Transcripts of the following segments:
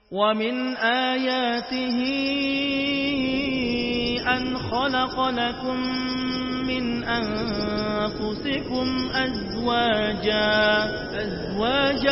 ومن آياته أن خلق لكم من أنفسكم أزواجا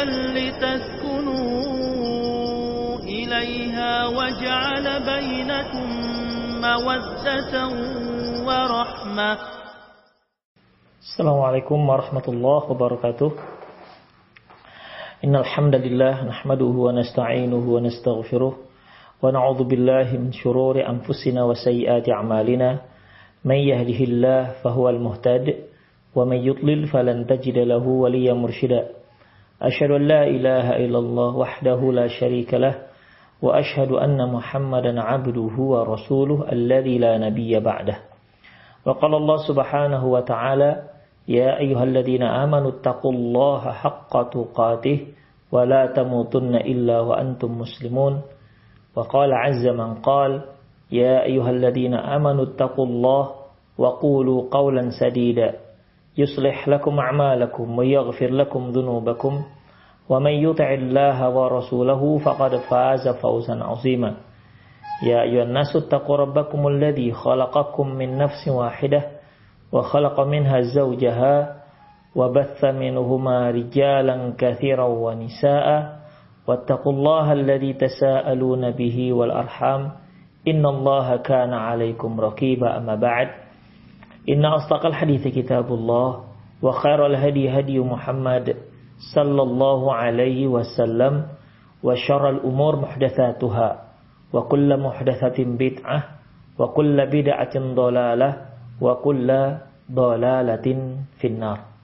لتسكنوا إليها وجعل بينكم مودة ورحمة. Assalamualaikum warahmatullahi wabarakatuh. Innal hamdalillah nahmaduhu wa nasta'inuhu wa nastaghfiruh wa na'udzu billahi min shururi anfusina wa sayyiati a'malina. May yahdihillahu fahuwal muhtadi wa may yudlil falan tajida lahu waliyyan mursyida. Asyhadu an la ilaha illallah wahdahu la syarika lah wa asyhadu anna Muhammadan 'abduhu wa rasuluhu alladzi la nabiyya ba'dah. Wa qala Allah subhanahu wa ta'ala ya ayyuhalladzina amanu taqullaha haqqa tuqatih wa la tamutunna illa wa antum muslimun. Wa qala 'azza man qala ya ayyuhalladzina amanu taqullaha wa qulu qawlan sadida yuslih lakum a'malakum wa yaghfir lakum dhunubakum wa may yuti'illaha wa rasulahu faqad faza fawzan 'azima. Ya ayyuhan nasu taqu rabbakumul ladzi khalaqakum min nafsin wahidah wa khalaqa minha zawjaha wa batha minhuma rijalan katsiran wa nisaa'a wattaqullaha alladzi tasaaluna bihi wal arham innallaha kana 'alaikum raqiba. Amma ba'd, inna asdaqal hadithi kitabullah wa khairal hadi hadi Muhammad sallallahu alaihi wasallam wa syarral umur muhdatsatuha wa kullu muhdatsatin bid'ah wa kullu bid'atin dhalalah wa kullu dhalalatin finnar.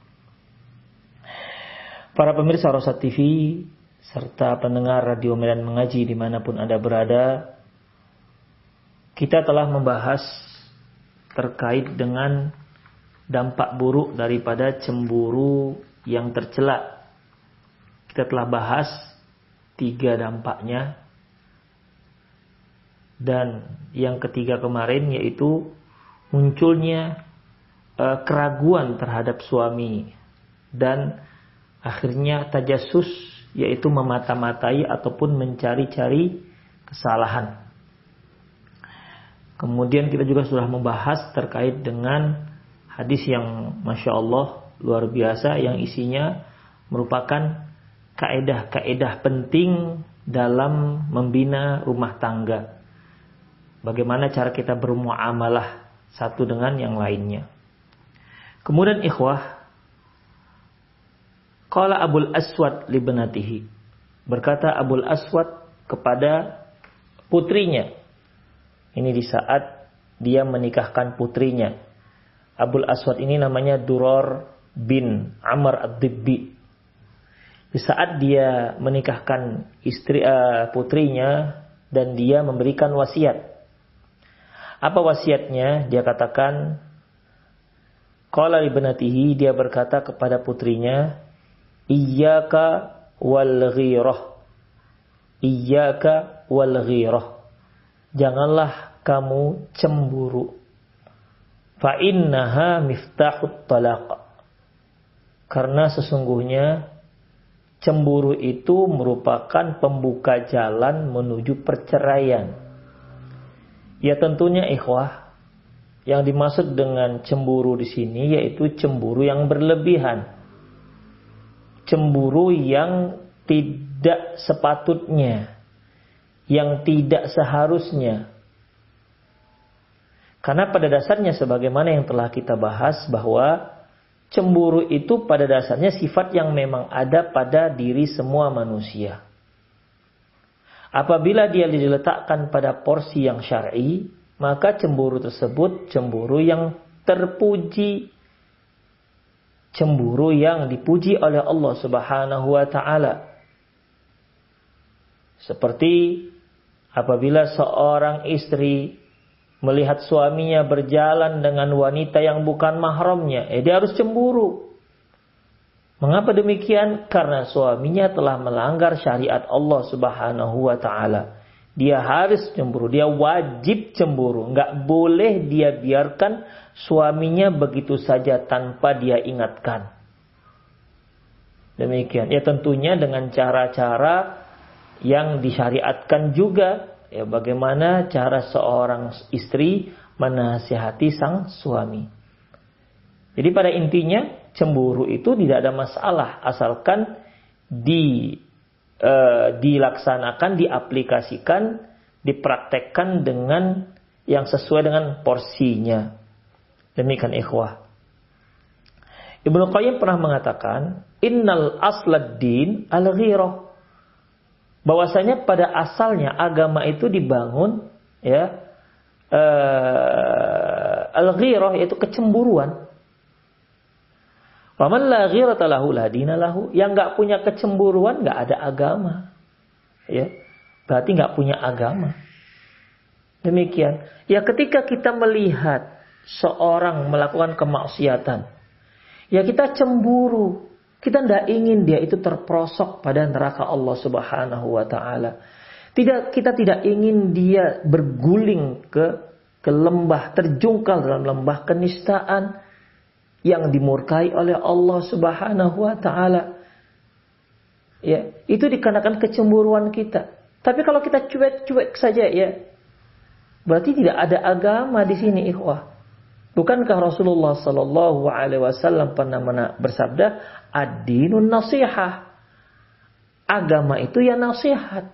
Para pemirsa Rosat TV serta pendengar Radio Medan Mengaji dimanapun Anda berada, kita telah membahas terkait dengan dampak buruk daripada cemburu yang tercela. Kita telah bahas 3 dampaknya, dan yang ketiga kemarin yaitu munculnya keraguan terhadap suami dan akhirnya tajassus, yaitu memata-matai ataupun mencari-cari kesalahan. Kemudian kita juga sudah membahas terkait dengan hadis yang Masya Allah luar biasa, yang isinya merupakan kaedah-kaedah penting dalam membina rumah tangga. Bagaimana cara kita bermuamalah satu dengan yang lainnya. Kemudian ikhwah, qala Abul Aswad libnatihi, berkata Abul Aswad kepada putrinya. Ini di saat dia menikahkan putrinya. Abul Aswad ini namanya Durar bin Amr ad-Dibbi. Di saat dia menikahkan putrinya dan dia memberikan wasiat. Apa wasiatnya? Dia katakan, qala libnatihi, dia berkata kepada putrinya, iyyaka wal ghirah. Iyyaka wal ghirah. Janganlah kamu cemburu. Fa innaha miftahut talaq. Karena sesungguhnya cemburu itu merupakan pembuka jalan menuju perceraian. Ya tentunya ikhwah, yang dimaksud dengan cemburu di sini yaitu cemburu yang berlebihan. Cemburu yang tidak sepatutnya, yang tidak seharusnya. Karena pada dasarnya sebagaimana yang telah kita bahas bahwa cemburu itu pada dasarnya sifat yang memang ada pada diri semua manusia. Apabila dia diletakkan pada porsi yang syar'i, maka cemburu tersebut cemburu yang terpuji. Cemburu yang dipuji oleh Allah Subhanahu wa ta'ala. Seperti apabila seorang istri melihat suaminya berjalan dengan wanita yang bukan mahramnya, dia harus cemburu. Mengapa demikian? Karena suaminya telah melanggar syariat Allah Subhanahu wa ta'ala. Dia harus cemburu, dia wajib cemburu. Enggak boleh dia biarkan suaminya begitu saja tanpa dia ingatkan. Demikian. Ya tentunya dengan cara-cara yang disyariatkan juga, ya, bagaimana cara seorang istri menasihati sang suami. Jadi pada intinya cemburu itu tidak ada masalah asalkan dilaksanakan, diaplikasikan, dipraktekkan dengan yang sesuai dengan porsinya. Demikian ikhwah. Ibnu Qayyim pernah mengatakan, innal aslad din al-ghirah. Bahwasanya pada asalnya agama itu dibangun, ya, al-ghirah yaitu kecemburuan. Faman la ghirata lahu la dina lahu. Yang enggak punya kecemburuan enggak ada agama. Ya. Berarti enggak punya agama. Demikian. Ya, ketika kita melihat seorang melakukan kemaksiatan, ya kita cemburu. Kita tidak ingin dia itu terperosok pada neraka Allah Subhanahu wa taala. Kita tidak ingin dia berguling ke lembah, terjungkal dalam lembah kenistaan yang dimurkai oleh Allah Subhanahu wa taala. Ya, itu dikarenakan kecemburuan kita. Tapi kalau kita cuek-cuek saja, ya, berarti tidak ada agama di sini, ikhwah. Bukankah Rasulullah sallallahu alaihi wasallam pernah bersabda, ad-dinun nasihah. Agama itu ya nasihat.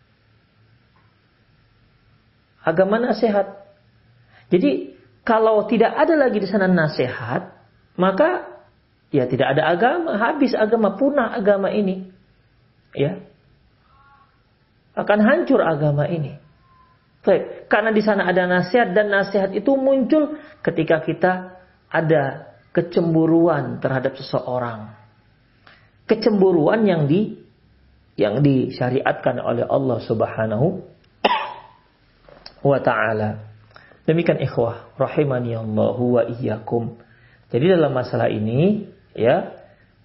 Agama nasihat. Jadi kalau tidak ada lagi di sana nasihat, maka ya tidak ada agama, habis agama, punah agama ini. Ya. Akan hancur agama ini. Baik, karena di sana ada nasihat, dan nasihat itu muncul ketika kita ada kecemburuan terhadap seseorang. Kecemburuan yang disyariatkan oleh Allah Subhanahu wa taala. Demikian ikhwah rahimani Allah wa iyyakum. Jadi dalam masalah ini, ya,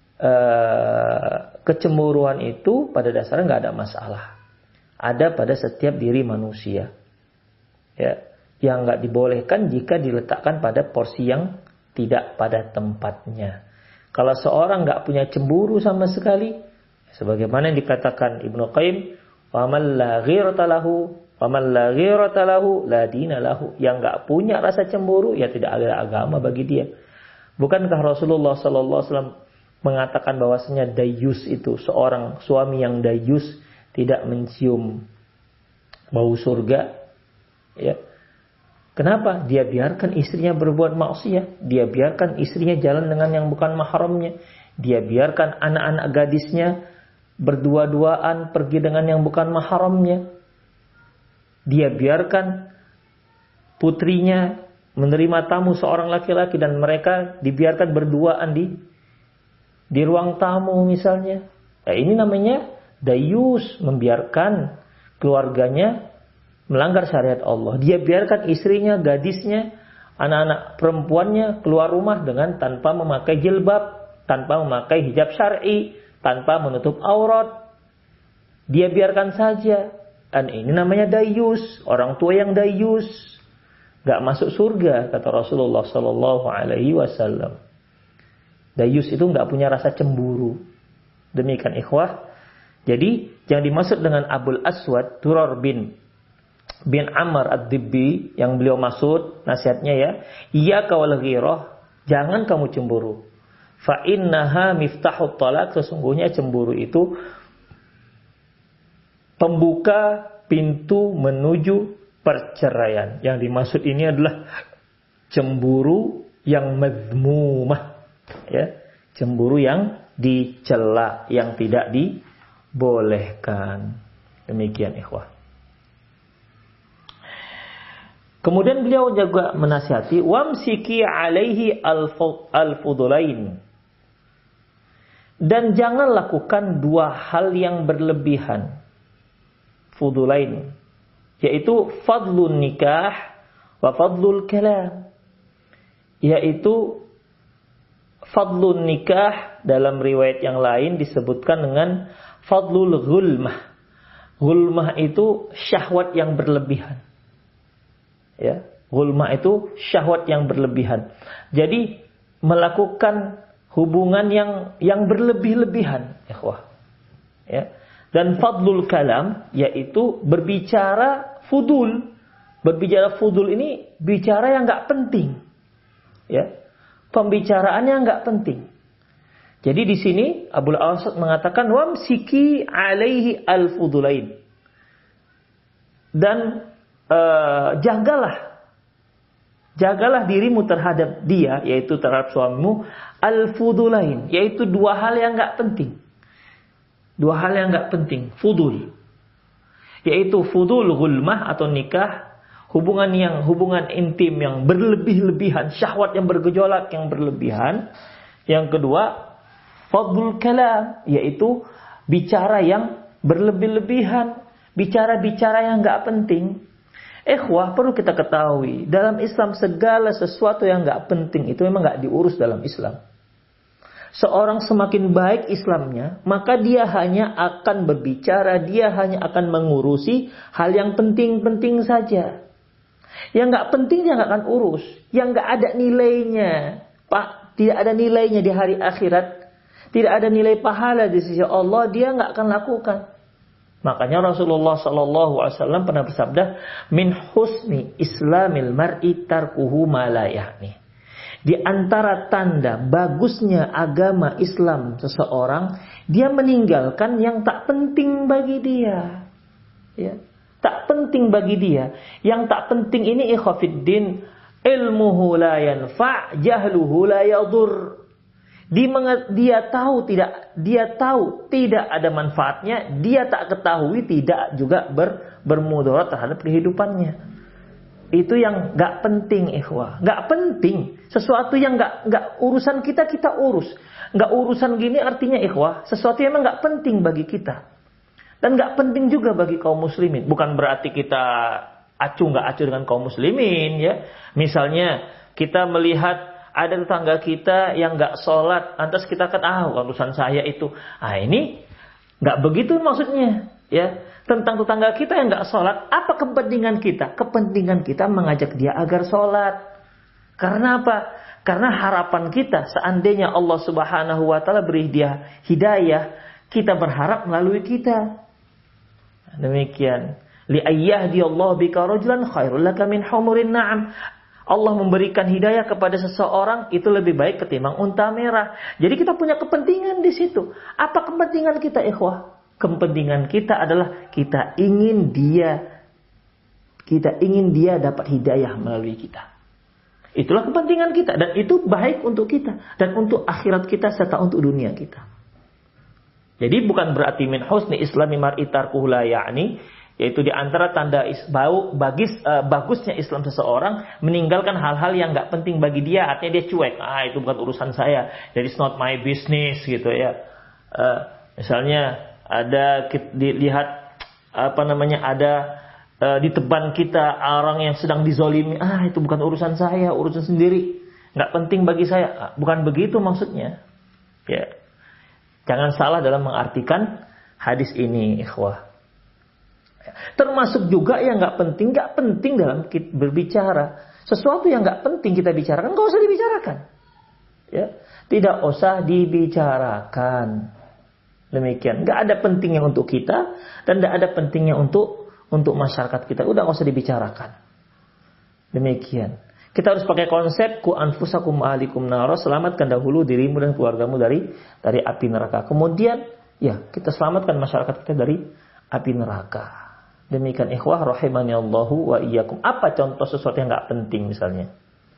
kecemburuan itu pada dasarnya enggak ada masalah. Ada pada setiap diri manusia. Ya, yang enggak dibolehkan jika diletakkan pada porsi yang tidak pada tempatnya. Kalau seorang enggak punya cemburu sama sekali, sebagaimana yang dikatakan Ibnu Qayyim, "Faman la ghirata lahu, faman la ghirata lahu la dina lahu." Yang enggak punya rasa cemburu, ya tidak ada agama bagi dia. Bukankah Rasulullah sallallahu alaihi wasallam mengatakan bahwasanya dayyus itu seorang suami yang dayyus tidak mencium bau surga? Ya. Kenapa? Dia biarkan istrinya berbuat maksiat. Dia biarkan istrinya jalan dengan yang bukan mahramnya. Dia biarkan anak-anak gadisnya berdua-duaan pergi dengan yang bukan mahramnya. Dia biarkan putrinya menerima tamu seorang laki-laki dan mereka dibiarkan berduaan di ruang tamu misalnya. Ini namanya dayus, membiarkan keluarganya melanggar syariat Allah. Dia biarkan istrinya, gadisnya, anak-anak perempuannya keluar rumah dengan tanpa memakai jilbab, tanpa memakai hijab syar'i, tanpa menutup aurat. Dia biarkan saja. Dan ini namanya dayus, orang tua yang dayus. Gak masuk surga, kata Rasulullah sallallahu alaihi wasallam. Dayus itu gak punya rasa cemburu. Demikian ikhwah. Jadi yang dimaksud dengan Abul Aswad Durar bin Amr ad-Dibbi, yang beliau maksud nasihatnya, ya, iyyaka wal ghirah, jangan kamu cemburu. Fa innaha miftahut talaq, sesungguhnya cemburu itu pembuka pintu menuju perceraian. Yang dimaksud ini adalah cemburu yang madzmumah, ya, cemburu yang dicela, yang tidak dibolehkan. Demikian ikhwah. Kemudian beliau juga menasihati wamsiki alaihi al-fudulain. Dan jangan lakukan dua hal yang berlebihan. Fudulain, yaitu fadlun nikah wa fadlul kalam. Yaitu fadlun nikah dalam riwayat yang lain disebutkan dengan fadlul ghulmah. Ghulmah itu syahwat yang berlebihan. Ya, ghulmah itu syahwat yang berlebihan. Jadi melakukan hubungan yang berlebih-lebihan, ikhwah. Ya. Dan fadlul kalam yaitu berbicara fudul. Berbicara fudul ini bicara yang nggak penting. Ya. Pembicaraannya nggak penting. Jadi di sini Abul Awsat mengatakan wamsiki alaihi al-fudulain. Dan jagalah dirimu terhadap dia, yaitu terhadap suamimu, al-fudulain, yaitu dua hal yang nggak penting. Dua hal yang nggak penting, fudul. Yaitu fudul gulmah atau nikah, hubungan intim yang berlebih-lebihan, syahwat yang bergejolak yang berlebihan. Yang kedua, fadlul kalam, yaitu bicara yang berlebih-lebihan, bicara-bicara yang nggak penting. Ikhwah, perlu kita ketahui, dalam Islam segala sesuatu yang nggak penting itu memang nggak diurus dalam Islam. Seorang semakin baik Islamnya, maka dia hanya akan berbicara, dia hanya akan mengurusi hal yang penting-penting saja. Yang nggak penting dia nggak akan urus, yang nggak ada nilainya, Pak, tidak ada nilainya di hari akhirat, tidak ada nilai pahala di sisi Allah, dia nggak akan lakukan. Makanya Rasulullah SAW pernah bersabda, min husni islamil mar'i tarkuhu ma la ya'ni. Di antara tanda bagusnya agama Islam seseorang, dia meninggalkan yang tak penting bagi dia. Ya, tak penting bagi dia. Yang tak penting ini ikhwafiddin, ilmuhu la yanfa', jahluhu la yadur. Dia tahu tidak ada manfaatnya, dia tak ketahui tidak juga bermudarat terhadap kehidupannya. Itu yang nggak penting, ikhwah. Nggak penting. Sesuatu yang nggak urusan kita urus. Nggak urusan gini artinya, ikhwah, sesuatu yang memang nggak penting bagi kita. Dan nggak penting juga bagi kaum muslimin. Bukan berarti kita nggak acuh dengan kaum muslimin, ya. Misalnya kita melihat ada tetangga kita yang nggak sholat, lantas kita kata, urusan saya itu. Ini nggak begitu maksudnya, ya. Tentang tetangga kita yang nggak sholat, apa kepentingan kita? Kepentingan kita mengajak dia agar sholat. Karena apa? Karena harapan kita, seandainya Allah Subhanahu Wa Taala beri dia hidayah, kita berharap melalui kita. Demikian. Li ayyahdiyallahu bika rajulan khairul laka min humurin na'am. Allah memberikan hidayah kepada seseorang itu lebih baik ketimbang unta merah. Jadi kita punya kepentingan di situ. Apa kepentingan kita, ikhwah? Kepentingan kita adalah kita ingin dia dapat hidayah melalui kita. Itulah kepentingan kita dan itu baik untuk kita dan untuk akhirat kita serta untuk dunia kita. Jadi bukan berarti min husni islami mar'i tarkuhu la ya'ni, yaitu di antara tanda bagusnya Islam seseorang meninggalkan hal-hal yang nggak penting bagi dia, artinya dia cuek, itu bukan urusan saya, jadi it's not my business gitu ya. Misalnya ada dilihat ada diteban kita orang yang sedang dizolimi, itu bukan urusan saya, urusan sendiri, nggak penting bagi saya. Bukan begitu maksudnya, ya. Jangan salah dalam mengartikan hadis ini, ikhwah. Termasuk juga yang nggak penting dalam berbicara. Sesuatu yang nggak penting kita bicarakan, nggak usah dibicarakan. Ya, tidak usah dibicarakan. Demikian, nggak ada pentingnya untuk kita dan nggak ada pentingnya untuk masyarakat kita. Udah nggak usah dibicarakan. Demikian. Kita harus pakai konsep ku anfusakum ahlikum nar, selamatkan dahulu dirimu dan keluargamu dari api neraka. Kemudian, ya, kita selamatkan masyarakat kita dari api neraka. Demikian, ikhwah rahimani Allahu wa iyyakum. Apa contoh sesuatu yang nggak penting misalnya?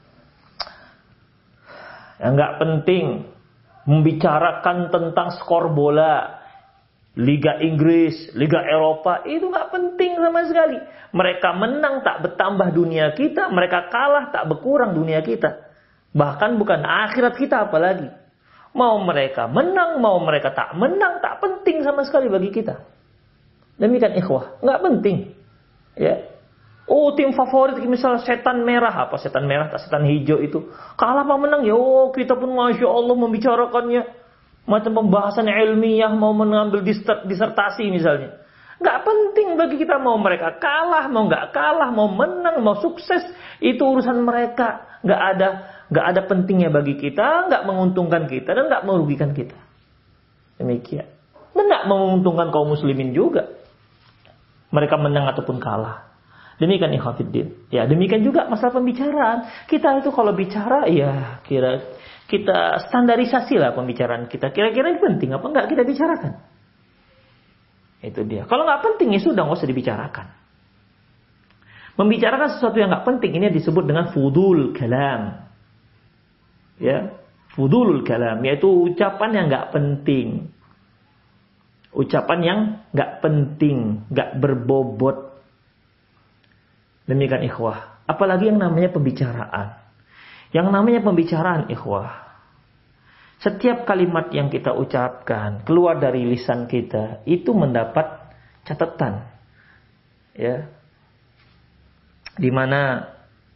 Yang nggak penting membicarakan tentang skor bola, Liga Inggris, Liga Eropa, itu nggak penting sama sekali. Mereka menang tak bertambah dunia kita, mereka kalah tak berkurang dunia kita. Bahkan bukan akhirat kita apalagi. Mau mereka menang, mau mereka tak menang, tak penting sama sekali bagi kita. Demikian, ikhwah, nggak penting. Ya. Tim favorit misalnya setan merah, apa setan merah tak setan hijau itu, kalah apa menang ya, kita pun masya Allah membicarakannya macam pembahasan ilmiah, mau mengambil disertasi misalnya. Nggak penting bagi kita mau mereka kalah, mau nggak kalah, mau menang, mau sukses, itu urusan mereka. Nggak ada pentingnya bagi kita, nggak menguntungkan kita dan nggak merugikan kita. Demikian. tidak menguntungkan kaum muslimin juga. Mereka menang ataupun kalah. Demikian ikhwatiddin. Ya, demikian juga masalah pembicaraan. Kita itu kalau bicara, ya kita standarisasi lah pembicaraan kita. Kira-kira ini penting apa enggak kita bicarakan. Itu dia. Kalau nggak penting ya sudah, nggak usah dibicarakan. Membicarakan sesuatu yang nggak penting ini disebut dengan fudul kalam. Ya, fudulul kalam, yaitu ucapan yang nggak penting. Ucapan yang nggak penting, nggak berbobot. Demikian ikhwah. Apalagi yang namanya pembicaraan. Yang namanya pembicaraan ikhwah. Setiap kalimat yang kita ucapkan keluar dari lisan kita itu mendapat catatan. Ya. Di mana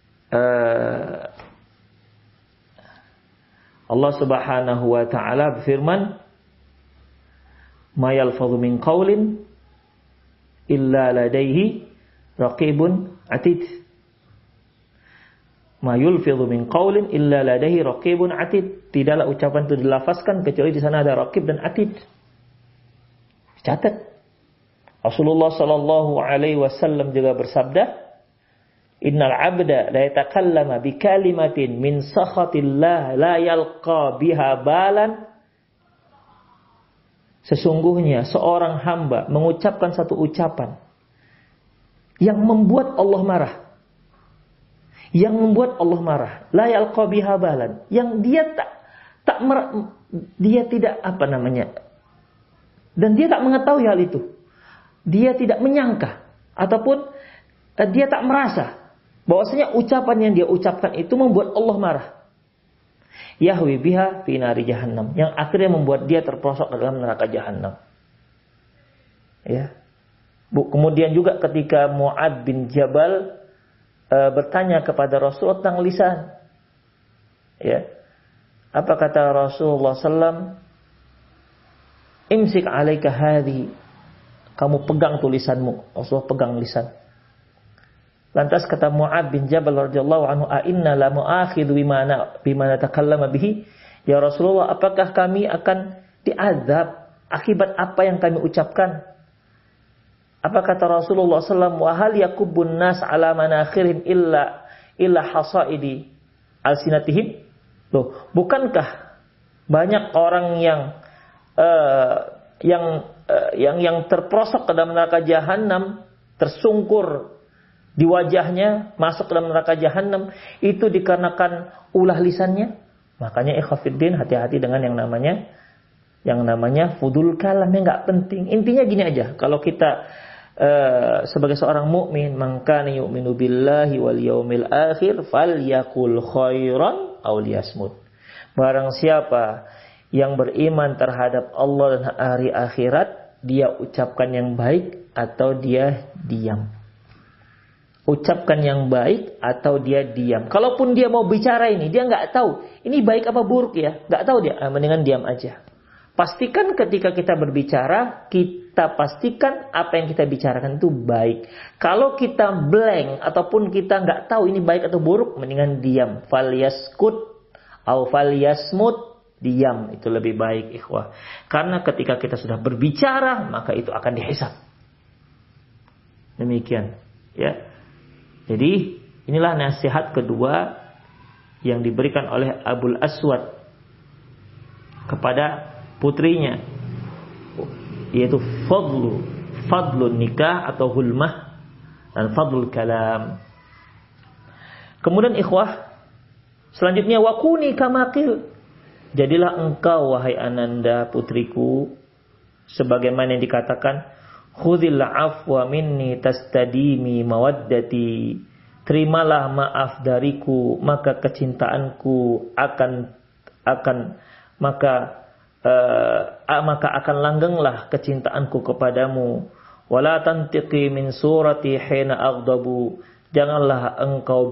Allah Subhanahu wa taala berfirman, "Ma yalfadhu min qaulin illa ladaihi raqibun atid." Ma yulfidhu min qaulin illa ladaihi raqibun atid. Tidaklah ucapan itu dilafazkan kecuali di sana ada raqib dan atid. Catat. Rasulullah sallallahu alaihi wasallam juga bersabda, "Innal 'abda la yatakallama bi kalimatin min sakhatillah la yalqa biha balan." Sesungguhnya seorang hamba mengucapkan satu ucapan yang membuat Allah marah. Yang membuat Allah marah. La yalqa biha balan. Yang dia dia tidak dan dia tak mengetahui hal itu. Dia tidak menyangka ataupun dia tak merasa bahwasanya ucapan yang dia ucapkan itu membuat Allah marah. Yahwi biha fi nari jahannam, yang akhirnya membuat dia terperosok ke dalam neraka jahannam. Ya. Kemudian juga ketika Mu'ad bin Jabal bertanya kepada Rasul tentang lisan. Ya. Apa kata Rasulullah sallam? Imsik 'alaika hadhi. Kamu pegang tulisanmu. Rasulullah pegang lisan. Lantas kata Mu'ad bin Jabal radhiyallahu anhu, "A inna la mu'akhidhu bima natakallama bihi?" Ya Rasulullah, apakah kami akan diazab akibat apa yang kami ucapkan? Apa kata Rasulullah sallallahu alaihi wasallam, "Wa hal yakubbun nas ala manakhirihim illa hasaidi alsinatihim?" Loh, bukankah banyak orang yang terperosok ke dalam neraka jahanam, tersungkur di wajahnya, masuk ke dalam neraka jahanam, itu dikarenakan ulah lisannya? Makanya ikhwafiddin, hati-hati dengan yang namanya fudul kalam yang nggak penting. Intinya gini aja, kalau kita sebagai seorang mukmin, man kana yu'minu billahi wal yaumil akhir falyakul khairan aw liyasmut. Barang siapa yang beriman terhadap Allah dan hari akhirat, dia ucapkan yang baik atau dia diam. Ucapkan yang baik atau dia diam. Kalaupun dia mau bicara ini, dia nggak tahu ini baik apa buruk ya, nggak tahu dia, mendingan diam aja. Pastikan ketika kita berbicara, kita pastikan apa yang kita bicarakan itu baik. Kalau kita blank ataupun kita nggak tahu ini baik atau buruk, mendingan diam. Falyaskut au falyasmut, diam itu lebih baik ikhwah. Karena ketika kita sudah berbicara, maka itu akan dihisab. Demikian, ya. Jadi inilah nasihat kedua yang diberikan oleh Abul Aswad kepada putrinya, yaitu fadlun nikah atau hulmah dan fadlul kalam. Kemudian ikhwah, selanjutnya wakuni kamakil, jadilah engkau wahai Ananda putriku sebagaimana yang dikatakan, khudhil afwa minni tastadimi mawaddati, terimalah maaf dariku maka kecintaanku maka akan langgenglah kecintaanku kepadamu. Wala tantiqi min surati hina aghdabu, janganlah engkau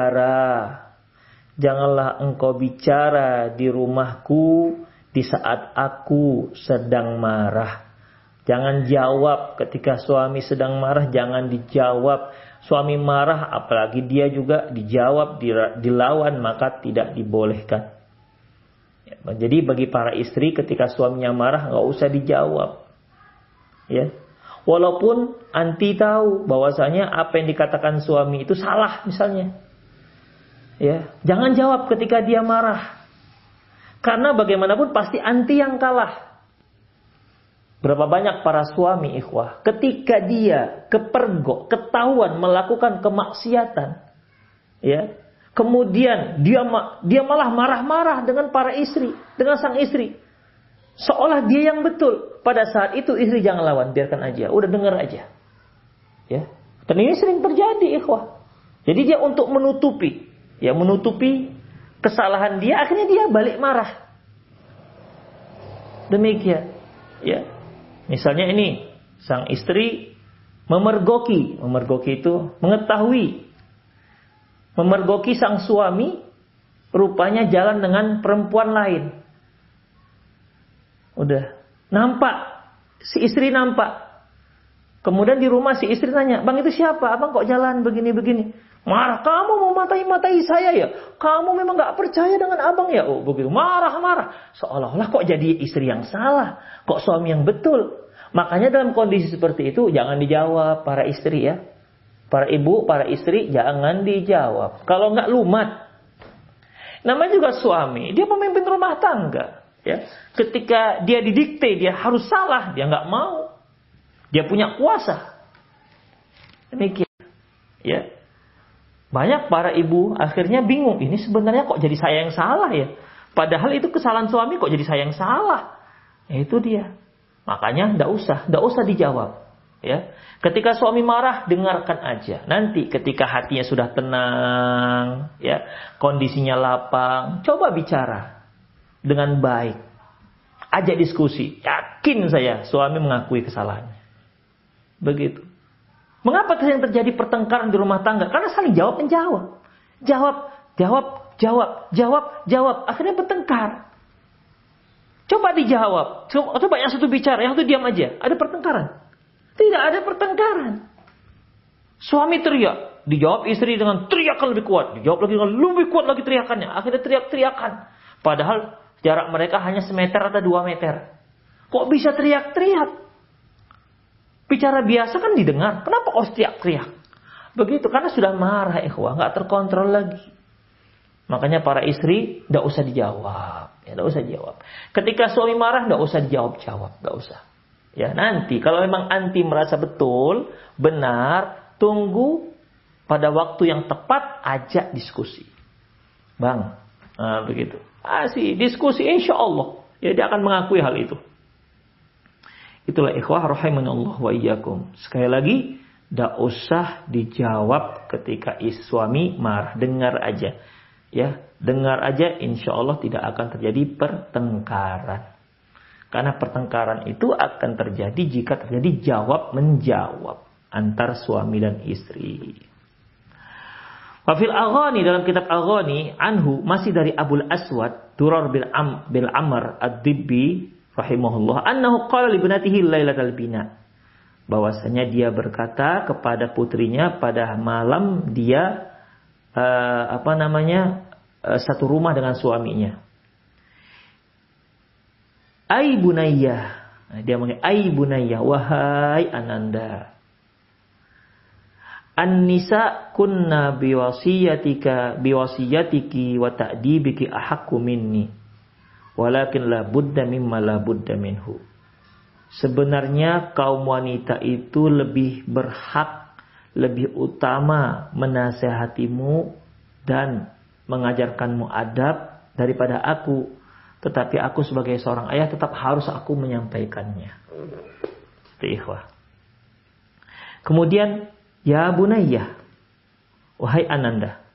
bicara di rumahku di saat aku sedang marah. Jangan jawab ketika suami sedang marah, jangan dijawab. Suami marah apalagi dia juga dijawab, dilawan, maka tidak dibolehkan. Jadi bagi para istri ketika suaminya marah nggak usah dijawab. Ya. Walaupun anti tahu bahwasanya apa yang dikatakan suami itu salah misalnya. Ya, jangan jawab ketika dia marah. Karena bagaimanapun pasti anti yang kalah. Berapa banyak para suami ikhwah ketika dia kepergok, ketahuan melakukan kemaksiatan, ya. Kemudian dia malah marah-marah dengan para istri, dengan sang istri. Seolah dia yang betul. Pada saat itu istri jangan lawan, biarkan aja, udah dengar aja. Ya. Dan ini sering terjadi ikhwah. Jadi dia untuk menutupi kesalahan dia, akhirnya dia balik marah. Demikian. Ya. Misalnya ini sang istri memergoki itu mengetahui memergoki sang suami rupanya jalan dengan perempuan lain. Udah nampak, si istri nampak. Kemudian di rumah si istri tanya, "Bang itu siapa? Abang kok jalan begini-begini?" Marah, "Kamu mau matai saya ya? Kamu memang gak percaya dengan abang ya?" Oh begitu, marah-marah. Seolah-olah kok jadi istri yang salah, kok suami yang betul. Makanya dalam kondisi seperti itu jangan dijawab para istri ya. Para ibu, para istri jangan dijawab. Kalau gak lumat. Namanya juga suami, dia pemimpin rumah tangga. Ya, ketika dia didikte dia harus salah, dia nggak mau. Dia punya kuasa. Demikian. Ya. Banyak para ibu akhirnya bingung, ini sebenarnya kok jadi saya yang salah ya? Padahal itu kesalahan suami, kok jadi saya yang salah? Ya, itu dia. Makanya nggak usah dijawab. Ya. Ketika suami marah, dengarkan aja. Nanti ketika hatinya sudah tenang, ya, kondisinya lapang, coba bicara dengan baik. Ajak diskusi. Yakin saya suami mengakui kesalahannya. Begitu. Mengapa yang terjadi pertengkaran di rumah tangga? Karena saling jawab-menjawab. Jawab. Akhirnya bertengkar. Coba dijawab. Coba yang satu bicara, yang satu diam aja. Ada pertengkaran? Tidak ada pertengkaran. Suami teriak. Dijawab istri dengan teriakan lebih kuat. Dijawab lagi dengan lebih kuat lagi teriakannya. Akhirnya teriak-teriakan. Padahal jarak mereka hanya 1 meter atau 2 meter. Kok bisa teriak-teriak? Bicara biasa kan didengar. Kenapa harus teriak-teriak? Begitu, karena sudah marah ikhwah. Nggak terkontrol lagi. Makanya para istri, nggak usah dijawab. Ya, nggak usah dijawab. Ketika suami marah, nggak usah dijawab-jawab. Nggak usah. Ya, nanti kalau memang anti merasa betul, benar, tunggu pada waktu yang tepat, ajak diskusi. Bang, begitu. Diskusi insya Allah. Ya, dia akan mengakui hal itu. Itulah ikhwah rahimanallah wa iyyakum. Sekali lagi, tidak usah dijawab ketika suami marah. Dengar aja. Ya, dengar aja, insya Allah tidak akan terjadi pertengkaran. Karena pertengkaran itu akan terjadi jika terjadi jawab-menjawab antar suami dan istri. Wafil Aghani, dalam kitab Aghani anhu, masih dari Abul Aswad Durar bil Amr ad-Dibbi rahimahullah, annahu qala li ibnatihi lailatal bina, bahwasanya dia berkata kepada putrinya pada malam dia satu rumah dengan suaminya. Ai bunayya, dia manggil ai bunayya, wahai ananda. An-nisa kunna biwasiyatiki wa ta'dibiki ahaqqu minni. Walakin la budda mimma la budda minhu. Sebenarnya kaum wanita itu lebih berhak, lebih utama menasehatimu dan mengajarkanmu adab daripada aku. Tetapi aku sebagai seorang ayah tetap harus aku menyampaikannya. Itu ikhwah. Kemudian, ya bunayya, wahai ananda,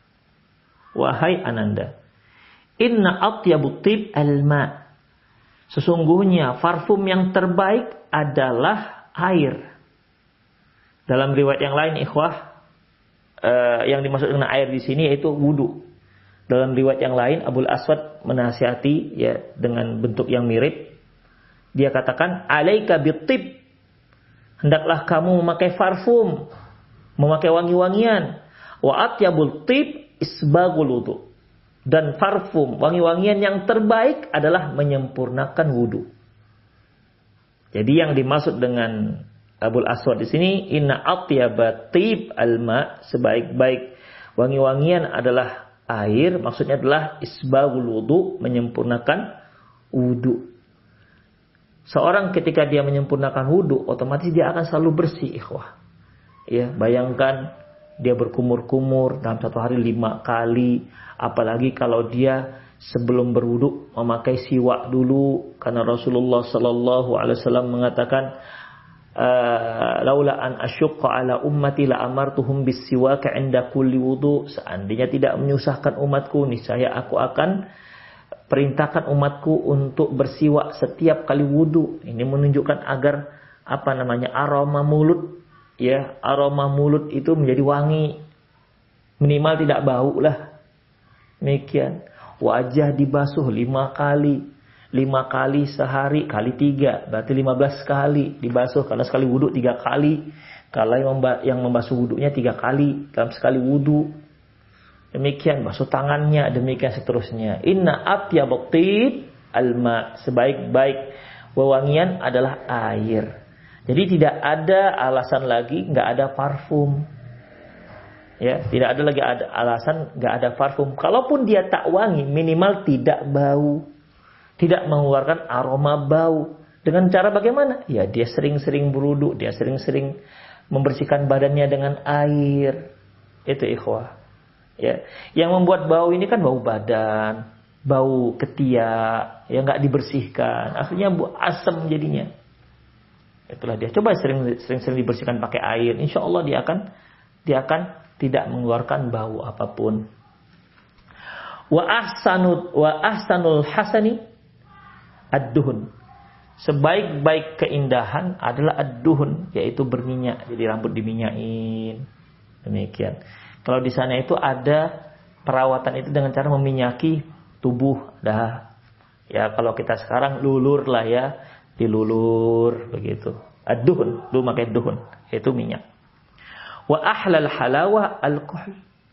inna atyabut tib al-ma. Sesungguhnya parfum yang terbaik adalah air. Dalam riwayat yang lain ikhwah, yang dimaksud dengan air di sini yaitu wudu. Dalam riwayat yang lain Abul Aswad menasihati ya dengan bentuk yang mirip. Dia katakan, alaika bitib, hendaklah kamu memakai parfum, memakai wangi-wangian. Wa atyabul tib isbagul wudu. Dan parfum, wangi-wangian yang terbaik adalah menyempurnakan wudu. Jadi yang dimaksud dengan Abul Aswad di sini, inna atyaba tib alma, sebaik-baik wangi-wangian adalah air, maksudnya adalah isbagul wudu, menyempurnakan wudu. Seorang ketika dia menyempurnakan wudu, otomatis dia akan selalu bersih, ikhwah. Ya, bayangkan dia berkumur-kumur dalam satu hari 5 kali, apalagi kalau dia sebelum berwudu memakai siwak dulu, karena Rasulullah sallallahu alaihi wasallam mengatakan, laula an asyqa ala ummati la amartuhum bis-siwak 'inda kulli wudu. Seandainya tidak menyusahkan umatku, niscaya aku akan perintahkan umatku untuk bersiwak setiap kali wudu. Ini menunjukkan agar aroma mulut, ya, aroma mulut itu menjadi wangi, minimal tidak bau lah. Demikian. Wajah dibasuh 5 kali. 5 kali sehari kali 3, berarti 15 kali dibasuh. Karena sekali wudhu 3 kali. Kalau yang membasuh wudhunya 3 kali dalam sekali wudhu. Demikian, basuh tangannya, demikian seterusnya. Inna atyabat tib alma, sebaik-baik wewangian adalah air. Jadi tidak ada alasan lagi nggak ada parfum. Ya, tidak ada lagi alasan nggak ada parfum. Kalaupun dia tak wangi, minimal tidak bau, tidak mengeluarkan aroma bau. Dengan cara bagaimana? Ya, dia sering-sering berwudu, dia sering-sering membersihkan badannya dengan air. Itu ikhwah. Ya, yang membuat bau ini kan bau badan, bau ketiak, yang nggak dibersihkan, akhirnya asam jadinya. Itulah dia. Coba sering-sering dibersihkan pakai air, insya Allah dia akan tidak mengeluarkan bau apapun. Wa ahsanul hasani ad-duhun. Sebaik-baik keindahan adalah ad-duhun, yaitu berminyak. Jadi rambut diminyakin. Demikian. Kalau di sana itu ada perawatan itu dengan cara meminyaki tubuh. Dah. Ya, kalau kita sekarang lulur lah ya, dilulur begitu. Ad-duhun, dulu pakai duhun, yaitu minyak. Wa ahlal halawah al-kuhl.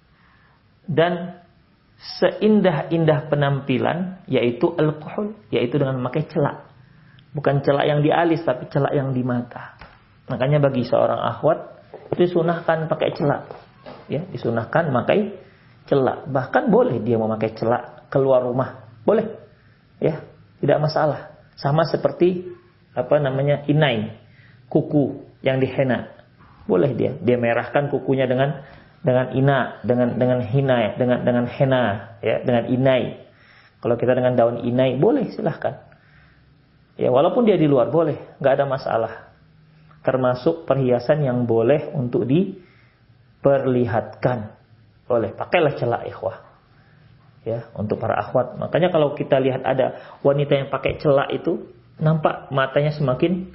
Dan seindah-indah penampilan yaitu al-kuhl, yaitu dengan memakai celak. Bukan celak yang di alis, tapi celak yang di mata. Makanya bagi seorang akhwat disunahkan pakai celak. Ya, disunahkan memakai celak. Bahkan boleh dia memakai celak keluar rumah. Boleh. Ya, tidak masalah. Sama seperti inai, kuku yang dihenna. Boleh dia merahkan kukunya dengan ina, dengan hina, dengan henna, ya, dengan inai. Kalau kita dengan daun inai boleh, silahkan. Ya, walaupun dia di luar boleh, nggak ada masalah. Termasuk perhiasan yang boleh untuk diperlihatkan. Boleh, pakailah celak ikhwah. Ya, untuk para akhwat. Makanya kalau kita lihat ada wanita yang pakai celak itu, nampak matanya semakin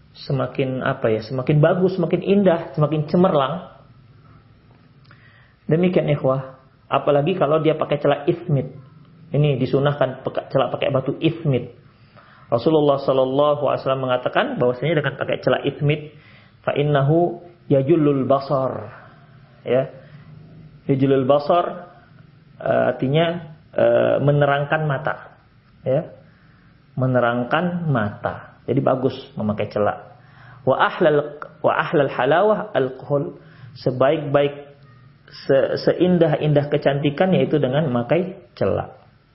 bagus, semakin indah, semakin cemerlang. Demikian ikhwah. Apalagi kalau dia pakai celak ismit. Ini disunahkan celak pakai batu ismit. Rasulullah sallallahu alaihi wasallam mengatakan bahwasanya dengan pakai celak ismit, fa innahu yajullul basar. Ya. Yajullul basar artinya menerangkan mata. Ya. Menerangkan mata. Jadi bagus memakai celak. Wa ahlal halawah al-kuhl. Sebaik-baik seindah-indah kecantikan yaitu dengan memakai celak.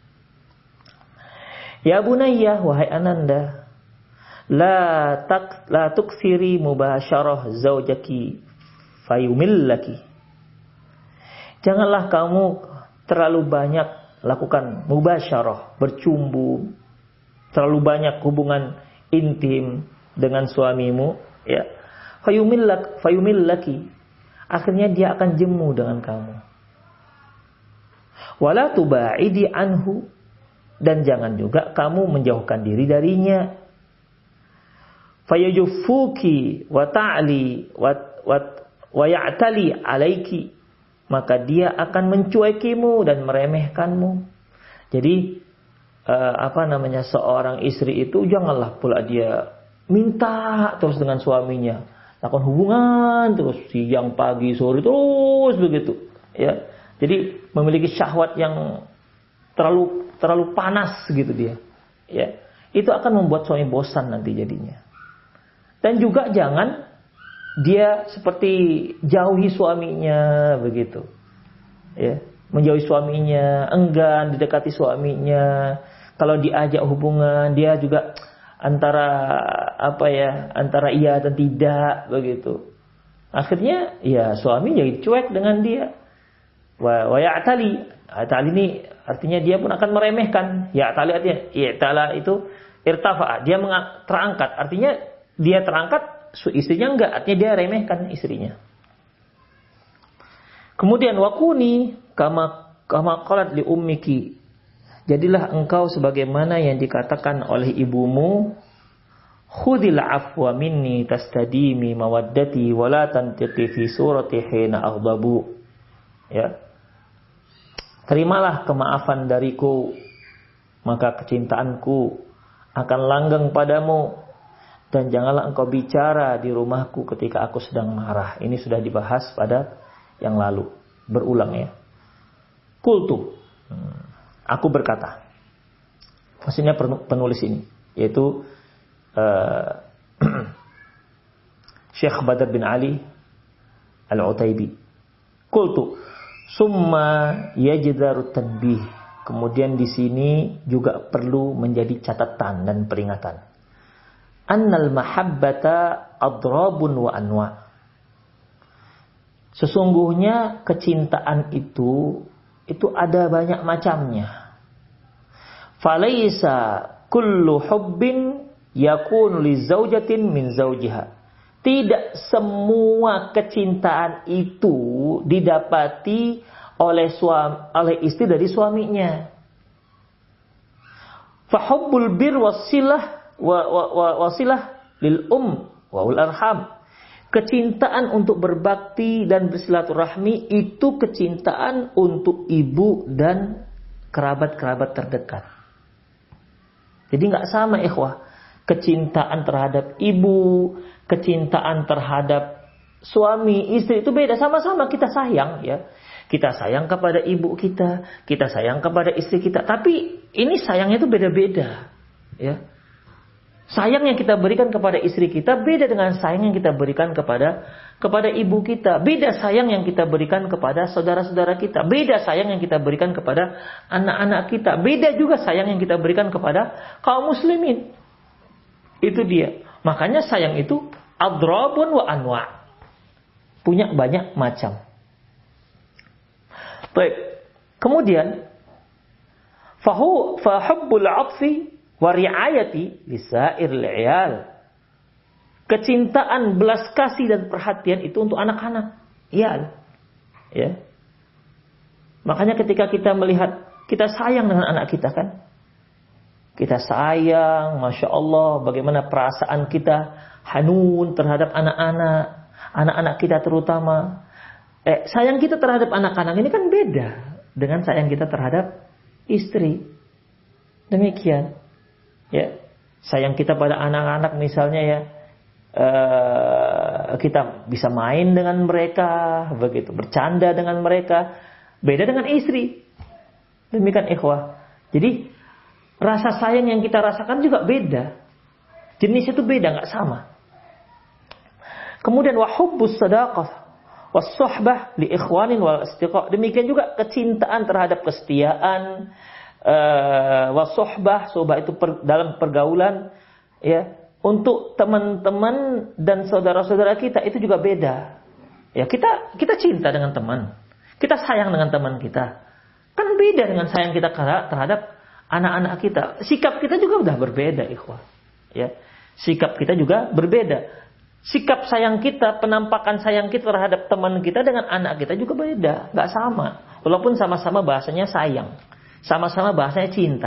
Ya bunayya, wahai ananda, la tuksiri mubasyarah zaujaki fayumillaki. Janganlah kamu terlalu banyak lakukan mubasyarah, bercumbu, terlalu banyak hubungan intim dengan suamimu, ya. Fayumillaki. Akhirnya dia akan jemu dengan kamu. Wala tubaidi anhu, dan jangan juga kamu menjauhkan diri darinya. Fayajuffuki wa ta'li wa ya'tali alaiki, maka dia akan mencuekimu dan meremehkanmu. Jadi seorang istri itu janganlah pula dia minta terus dengan suaminya, lakukan hubungan terus siang pagi sore terus begitu, ya. Jadi memiliki syahwat yang terlalu panas gitu dia, ya. Itu akan membuat suami bosan nanti jadinya. Dan juga jangan dia seperti jauhi suaminya begitu. Ya, menjauhi suaminya, enggan didekati suaminya. Kalau diajak hubungan, dia juga antara iya dan tidak begitu. Akhirnya ya suami jadi cuek dengan dia. Wa ya'tali. Ya'tali ini artinya dia pun akan meremehkan. Ya'tali artinya i'tala itu irtafa, dia terangkat. Artinya dia terangkat, istrinya enggak, artinya dia remehkan istrinya. Kemudian wakuni kama qalat li ummiki. Jadilah engkau sebagaimana yang dikatakan oleh ibumu. Khudhil afwa minni tastadimi mawaddati wa la tantiqi fi surati hina aghdabu. Ya. Terimalah kemaafan dariku, maka kecintaanku akan langgeng padamu, dan janganlah engkau bicara di rumahku ketika aku sedang marah. Ini sudah dibahas pada yang lalu, berulang ya. Qultu, aku berkata. Maksudnya penulis ini, yaitu Syekh Badr bin Ali Al-Utaibi. Qultu, summa yajdaru tanbih. Kemudian di sini juga perlu menjadi catatan dan peringatan. Annal mahabbata adrabun wa anwa. Sesungguhnya kecintaan itu ada banyak macamnya. Falaisa kullu hubbin yakunu li zaujatin min zaujiha. Tidak semua kecintaan itu didapati oleh istri dari suaminya. Fahubbul bir wasilah wasilah lil wa ul arham. Kecintaan untuk berbakti dan bersilaturahmi itu kecintaan untuk ibu dan kerabat-kerabat terdekat. Jadi nggak sama ikhwah. Kecintaan terhadap ibu, kecintaan terhadap suami, istri itu beda. Sama-sama kita sayang ya. Kita sayang kepada ibu kita sayang kepada istri kita. Tapi ini sayangnya itu beda-beda. Ya. Sayang yang kita berikan kepada istri kita beda dengan sayang yang kita berikan kepada ibu kita. Beda sayang yang kita berikan kepada saudara-saudara kita. Beda sayang yang kita berikan kepada anak-anak kita. Beda juga sayang yang kita berikan kepada kaum muslimin. Itu dia. Makanya sayang itu adrabun wa anwa. Punya banyak macam. Baik. Kemudian fahubbul 'atfi wa ri'ayati lisairil 'iyal. Kecintaan, belas kasih dan perhatian itu untuk anak-anak. Iya. Ya. Makanya ketika kita melihat, kita sayang dengan anak kita kan? Kita sayang, Masya Allah, bagaimana perasaan kita hanun terhadap anak-anak kita terutama. Sayang kita terhadap anak-anak ini kan beda dengan sayang kita terhadap istri. Demikian. Ya, sayang kita pada anak-anak misalnya ya, kita bisa main dengan mereka, begitu, bercanda dengan mereka. Beda dengan istri. Demikian ikhwah. Jadi rasa sayang yang kita rasakan juga beda. Jenisnya itu beda, nggak sama. Kemudian wahubbus sadaqah was-suhbah li ikhwanin wal asdiqa. Demikian juga kecintaan terhadap kesetiaan, was-suhbah, suhbah itu dalam pergaulan ya, untuk teman-teman dan saudara-saudara kita itu juga beda. Ya, kita cinta dengan teman. Kita sayang dengan teman kita. Kan beda dengan sayang kita terhadap anak-anak kita. Sikap kita juga udah berbeda, ikhwah. Ya. Sikap kita juga berbeda. Sikap sayang kita, penampakan sayang kita terhadap teman kita dengan anak kita juga beda. Nggak sama. Walaupun sama-sama bahasanya sayang. Sama-sama bahasanya cinta.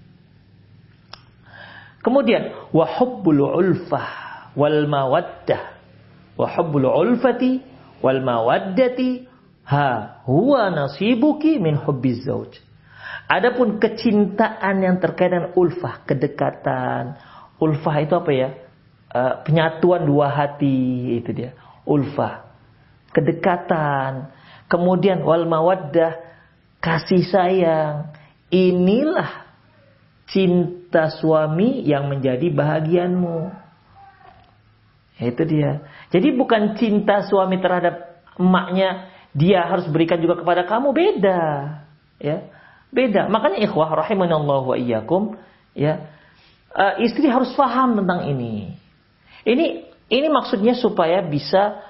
Kemudian, wahubbul ulfah wal mawaddah. Wahubbul ulfati wal mawaddati huwa nasibuki min hubbiz zauj. Adapun kecintaan yang terkait dengan ulfah, kedekatan. Ulfah itu apa ya? Penyatuan dua hati, itu dia. Ulfah, kedekatan. Kemudian wal mawaddah, kasih sayang. Inilah cinta suami yang menjadi bahagianmu. Itu dia. Jadi bukan cinta suami terhadap emaknya dia harus berikan juga kepada kamu, beda. Ya. Beda. Makanya ikhwah rahimanallahu wa iyyakum, ya. Istri harus paham tentang ini. Ini maksudnya supaya bisa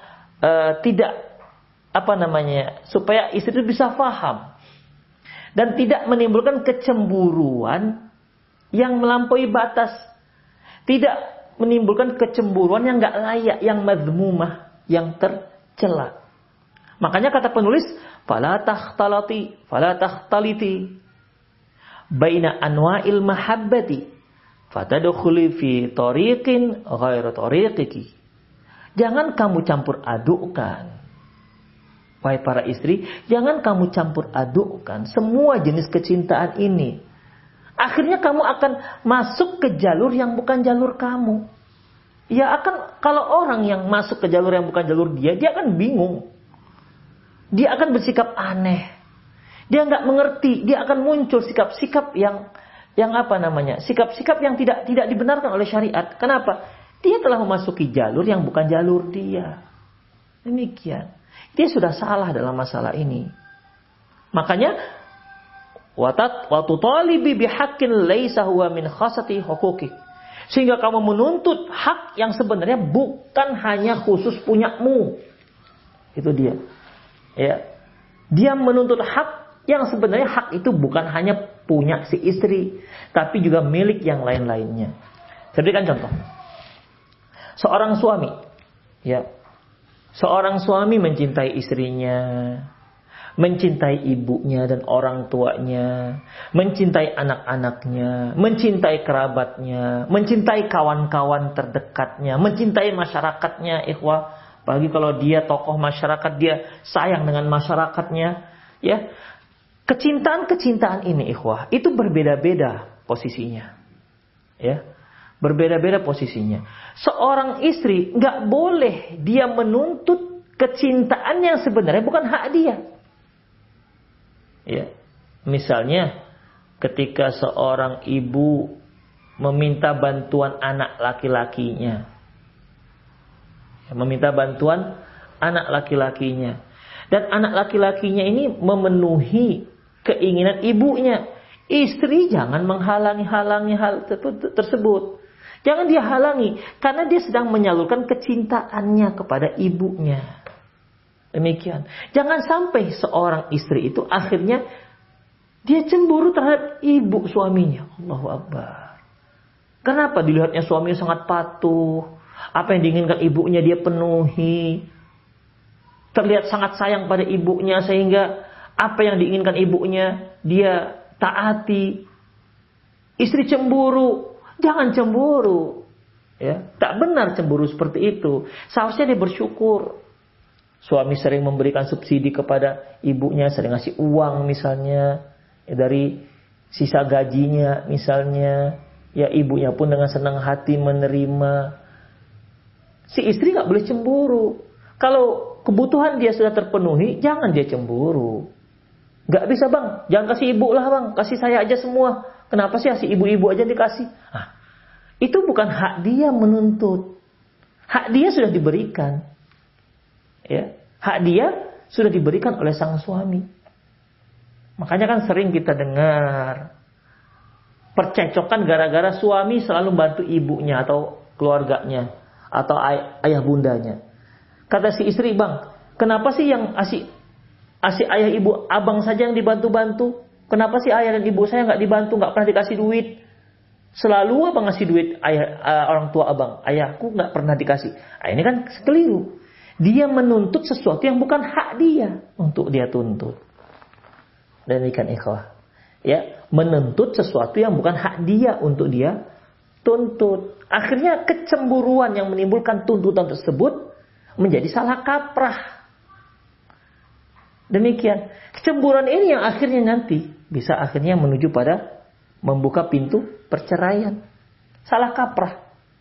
supaya istri itu bisa paham dan tidak menimbulkan kecemburuan yang melampaui batas, tidak menimbulkan kecemburuan yang nggak layak, yang madzmumah, yang tercela. Makanya kata penulis, fala takhtaliti baina anwa'il mahabbati fatadkhuli fi tariqin ghairu tariqiki. Jangan kamu campur adukkan. Wahai para istri, jangan kamu campur adukkan semua jenis kecintaan ini. Akhirnya kamu akan masuk ke jalur yang bukan jalur kamu. Ya akan, kalau orang yang masuk ke jalur yang bukan jalur dia akan bingung. Dia akan bersikap aneh. Dia nggak mengerti, dia akan muncul sikap-sikap sikap-sikap yang tidak dibenarkan oleh syariat. Kenapa? Dia telah memasuki jalur yang bukan jalur dia. Demikian. Dia sudah salah dalam masalah ini. Makanya wa tutalibi bihaqqin laisa huwa min khasati huquqi. Sehingga kamu menuntut hak yang sebenarnya bukan hanya khusus punyamu. Itu dia. Ya. Dia menuntut hak yang sebenarnya hak itu bukan hanya punya si istri, tapi juga milik yang lain-lainnya. Saya berikan contoh. Seorang suami, ya. Seorang suami mencintai istrinya, mencintai ibunya dan orang tuanya, mencintai anak-anaknya, mencintai kerabatnya, mencintai kawan-kawan terdekatnya, mencintai masyarakatnya, ikhwah. Apalagi kalau dia tokoh masyarakat, dia sayang dengan masyarakatnya, ya. Kecintaan ini, ikhwah, itu berbeda-beda posisinya, ya. Berbeda-beda posisinya. Seorang istri nggak boleh dia menuntut kecintaan yang sebenarnya bukan hak dia. Ya. Misalnya ketika seorang ibu meminta bantuan anak laki-lakinya. Meminta bantuan anak laki-lakinya. Dan anak laki-lakinya ini memenuhi keinginan ibunya. Istri jangan menghalangi hal tersebut. Jangan dia halangi, karena dia sedang menyalurkan kecintaannya kepada ibunya. Demikian. Jangan sampai seorang istri itu akhirnya dia cemburu terhadap ibu suaminya. Allahu Akbar. Kenapa? Dilihatnya suaminya sangat patuh. Apa yang diinginkan ibunya dia penuhi. Terlihat sangat sayang pada ibunya sehingga apa yang diinginkan ibunya dia taati. Istri cemburu. Jangan cemburu. Ya, tak benar cemburu seperti itu. Seharusnya dia bersyukur. Suami sering memberikan subsidi kepada ibunya, sering ngasih uang misalnya, ya, dari sisa gajinya misalnya. Ya, ibunya pun dengan senang hati menerima. Si istri gak boleh cemburu. Kalau kebutuhan dia sudah terpenuhi, jangan dia cemburu. Gak bisa bang, jangan kasih ibu lah bang, kasih saya aja semua. Kenapa sih kasih ibu-ibu aja dikasih? Itu bukan hak dia menuntut. Hak dia sudah diberikan. Ya, hak dia sudah diberikan oleh sang suami. Makanya kan sering kita dengar percecokan gara-gara suami selalu bantu ibunya atau keluarganya atau ayah bundanya. Kata si istri, bang, kenapa sih yang asih ayah ibu abang saja yang dibantu-bantu? Kenapa sih ayah dan ibu saya nggak dibantu, nggak pernah dikasih duit? Selalu abang ngasih duit orang tua abang, ayahku nggak pernah dikasih. Ini kan keliru. Dia menuntut sesuatu yang bukan hak dia untuk dia tuntut. Dan ikan ikhwah, ya, menuntut sesuatu yang bukan hak dia untuk dia tuntut. Akhirnya kecemburuan yang menimbulkan tuntutan tersebut menjadi salah kaprah. Demikian. Kecemburuan ini yang akhirnya nanti bisa akhirnya menuju pada membuka pintu perceraian. Salah kaprah.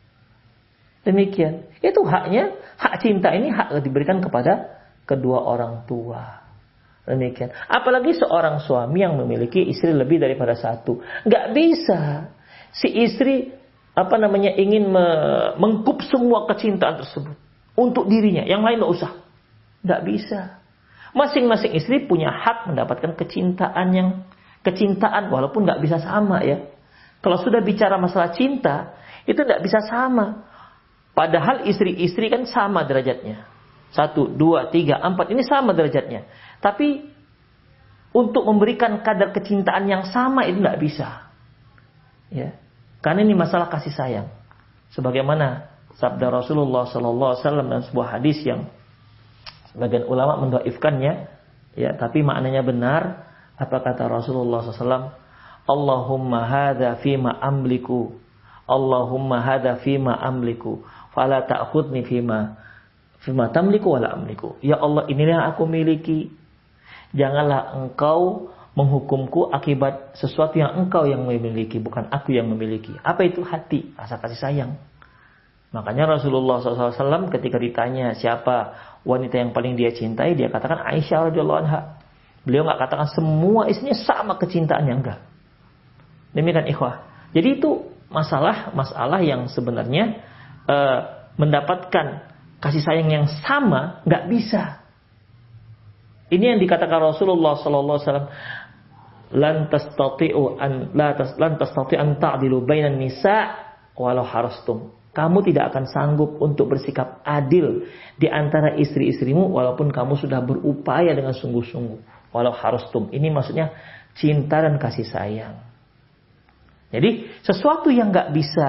Demikian. Itu haknya, hak cinta ini hak diberikan kepada kedua orang tua. Demikian. Apalagi seorang suami yang memiliki istri lebih daripada satu. Gak bisa si istri ingin mengkup semua kecintaan tersebut untuk dirinya, yang lain nggak usah. Nggak bisa. Masing-masing istri punya hak mendapatkan kecintaan walaupun nggak bisa sama ya. Kalau sudah bicara masalah cinta, itu nggak bisa sama. Padahal istri-istri kan sama derajatnya. 1, 2, 3, 4 ini sama derajatnya. Tapi untuk memberikan kadar kecintaan yang sama itu nggak bisa. Ya. Karena ini masalah kasih sayang. Sebagaimana sabda Rasulullah SAW dalam sebuah hadis yang sebagian ulama mendhaifkannya, ya, tapi maknanya benar. Apa kata Rasulullah SAW? Allahumma hadza fima amliku. Allahumma hadza fima amliku. Fala ta'khudni fima tamliku wala amliku. Ya Allah, inilah yang aku miliki. Janganlah engkau menghukumku akibat sesuatu yang engkau yang memiliki, bukan aku yang memiliki. Apa itu hati? Rasa kasih sayang. Makanya Rasulullah SAW ketika ditanya siapa wanita yang paling dia cintai, dia katakan Aisyah radhiyallahu anha. Beliau nggak katakan semua istrinya sama kecintaannya, enggak. Demikian ikhwah. Jadi itu masalah yang sebenarnya mendapatkan kasih sayang yang sama nggak bisa. Ini yang dikatakan Rasulullah SAW. Lan tastati'u an ta'dilu bainan nisa walau harastum. Kamu tidak akan sanggup untuk bersikap adil di antara istri-istrimu walaupun kamu sudah berupaya dengan sungguh-sungguh. Walau harastum. Ini maksudnya cinta dan kasih sayang. Jadi sesuatu yang nggak bisa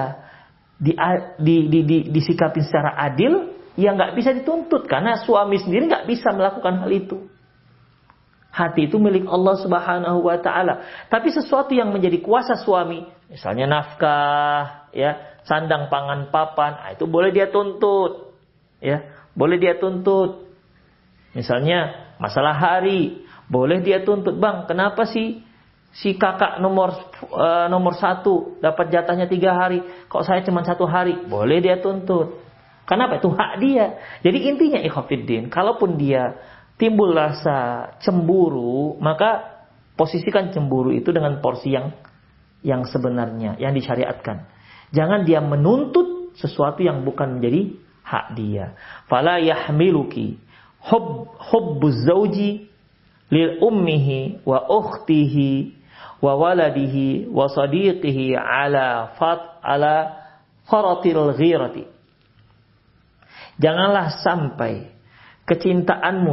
disikapi secara adil, ya nggak bisa dituntut karena suami sendiri nggak bisa melakukan hal itu. Hati itu milik Allah Subhanahu wa taala. Tapi sesuatu yang menjadi kuasa suami, misalnya nafkah, ya, sandang pangan papan, itu boleh dia tuntut. Ya, boleh dia tuntut. Misalnya masalah hari, boleh dia tuntut, "Bang, kenapa sih si kakak nomor 1 dapat jatahnya 3 hari, kok saya cuma 1 hari?" Boleh dia tuntut. Kenapa? Itu hak dia. Jadi intinya ikhwafiddin, kalaupun dia timbul rasa cemburu, maka posisikan cemburu itu dengan porsi yang sebenarnya, yang disyariatkan. Jangan dia menuntut sesuatu yang bukan menjadi hak dia. Fala yahmiluki hubbuz zauji lil ummihi wa ukhtihi wa waladihi wa sadiqihi ala faratil ghirati. Janganlah sampai kecintaan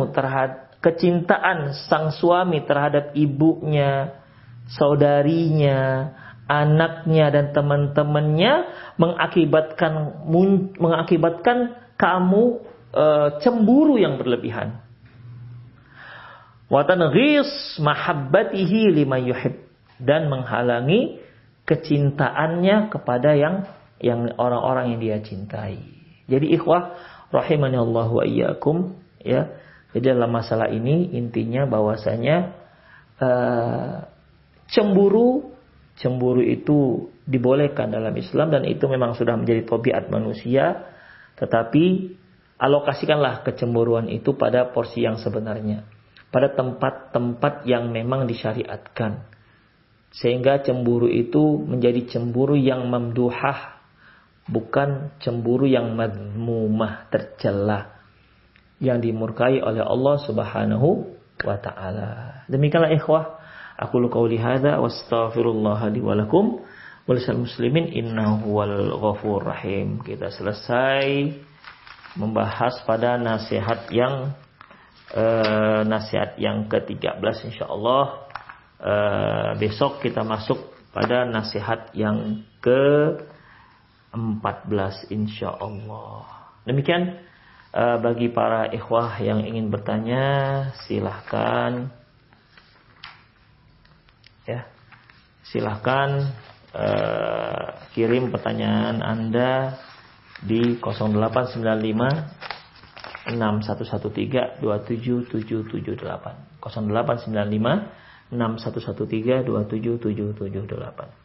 sang suami terhadap ibunya, saudarinya, anaknya dan teman-temannya mengakibatkan kamu cemburu yang berlebihan. Wa tanghis mahabbatihi liman yuhib, dan menghalangi kecintaannya kepada yang orang-orang yang dia cintai. Jadi ikhwah rahimani Allah wa iyyakum, ya. Jadi dalam masalah ini intinya bahwasanya cemburu itu dibolehkan dalam Islam dan itu memang sudah menjadi tabiat manusia, tetapi alokasikanlah kecemburuan itu pada porsi yang sebenarnya, pada tempat-tempat yang memang disyariatkan, sehingga cemburu itu menjadi cemburu yang mamduhah, bukan cemburu yang madmumah, tercela, yang dimurkai oleh Allah Subhanahu wa taala. Demikianlah ikhwah, aku qauli hadza wastaghfirullah li wa lakum wa lisal muslimin innahu wal ghafur rahim. Kita selesai membahas pada nasihat yang ke-13 insyaallah. Besok kita masuk pada nasihat yang ke-14 insyaallah. Demikian. Bagi para ikhwah yang ingin bertanya, silahkan, ya, silahkan kirim pertanyaan Anda di 0895 6113 27778 0895 6113 27778.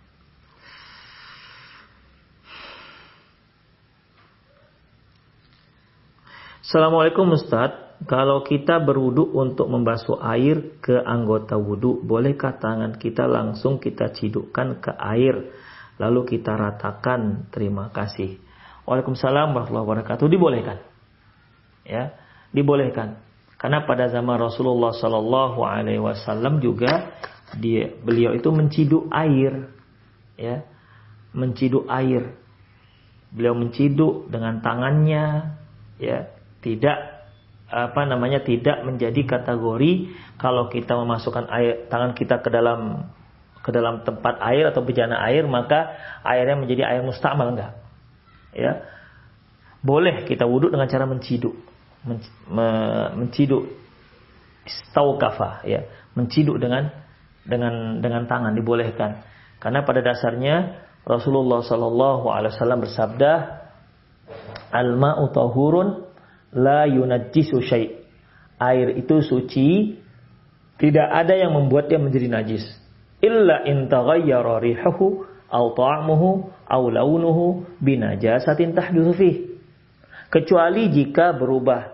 Assalamualaikum Ustaz, kalau kita berwudu untuk membasuh air ke anggota wudu, bolehkah tangan kita langsung kita cidukkan ke air lalu kita ratakan terima kasih. Waalaikumsalam warahmatullahi wabarakatuh. Dibolehkan. Ya, dibolehkan. Karena pada zaman Rasulullah Sallallahu Alaihi Wasallam juga beliau itu menciduk air, ya, menciduk air. Beliau menciduk dengan tangannya, ya, tidak tidak menjadi kategori kalau kita memasukkan air tangan kita ke dalam tempat air atau bejana air maka airnya menjadi air mustamal, enggak. Ya. Boleh kita wudhu dengan cara menciduk. Menciduk istaukafa, ya. Menciduk dengan tangan dibolehkan. Karena pada dasarnya Rasulullah sallallahu alaihi wasallam bersabda, "Al-ma'u tahurun la yunajjisu syai'." Air itu suci, tidak ada yang membuat dia menjadi najis. Illa in taghayyara rihuhu aw ta'muhu aw launuhu binajasatin tahdutsu fihi. Kecuali jika berubah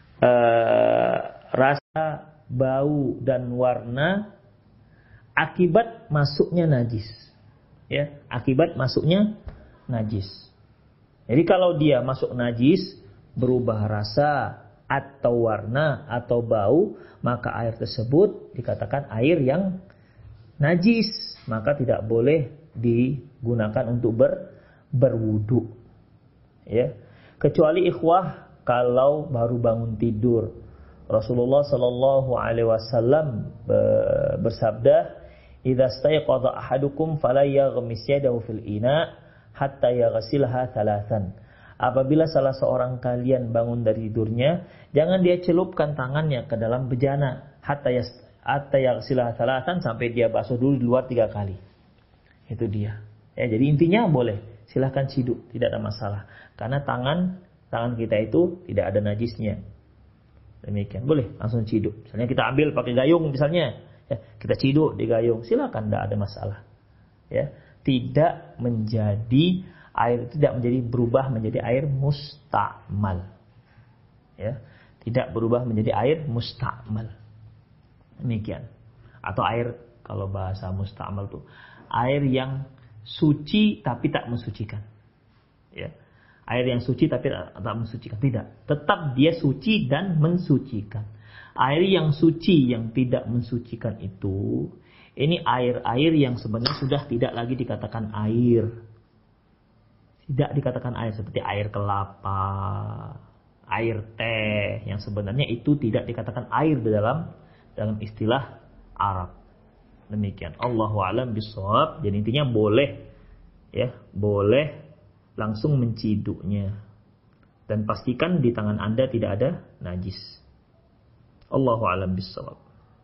rasa, bau dan warna akibat masuknya najis. Ya, akibat masuknya najis. Jadi kalau dia masuk najis, berubah rasa atau warna atau bau, maka air tersebut dikatakan air yang najis, maka tidak boleh digunakan untuk berwudu. Ya. Kecuali ikhwah kalau baru bangun tidur. Rasulullah sallallahu alaihi wasallam bersabda, "Idza stayqadha ahadukum fala yaghmis yadahu fil ina hatta yaghsilha thalathan." Apabila salah seorang kalian bangun dari tidurnya, jangan dia celupkan tangannya ke dalam bejana hatta yaghsilha thalathan, sampai dia basuh dulu di luar 3 kali. Itu dia. Ya, jadi intinya boleh, silahkan ciduk, tidak ada masalah. Karena tangan kita itu tidak ada najisnya. Demikian, boleh langsung ciduk. Misalnya kita ambil pakai gayung misalnya, ya, kita ciduk di gayung, silakan, tidak ada masalah. Ya, tidak menjadi berubah menjadi air mustakmal. Ya, tidak berubah menjadi air mustakmal. Demikian. Atau air, kalau bahasa mustakmal itu air yang suci tapi tak mensucikan. Ya. Air yang suci tapi tak mensucikan. Tidak. Tetap dia suci dan mensucikan. Air yang suci yang tidak mensucikan itu, ini air-air yang sebenarnya sudah tidak lagi dikatakan air. Tidak dikatakan air, seperti air kelapa, air teh, yang sebenarnya itu tidak dikatakan air dalam istilah Arab. Demikian. Allahu a'lam bishawab. Jadi intinya boleh, ya, boleh langsung menciduknya. Dan pastikan di tangan Anda tidak ada najis. Allahu a'lam bishawab.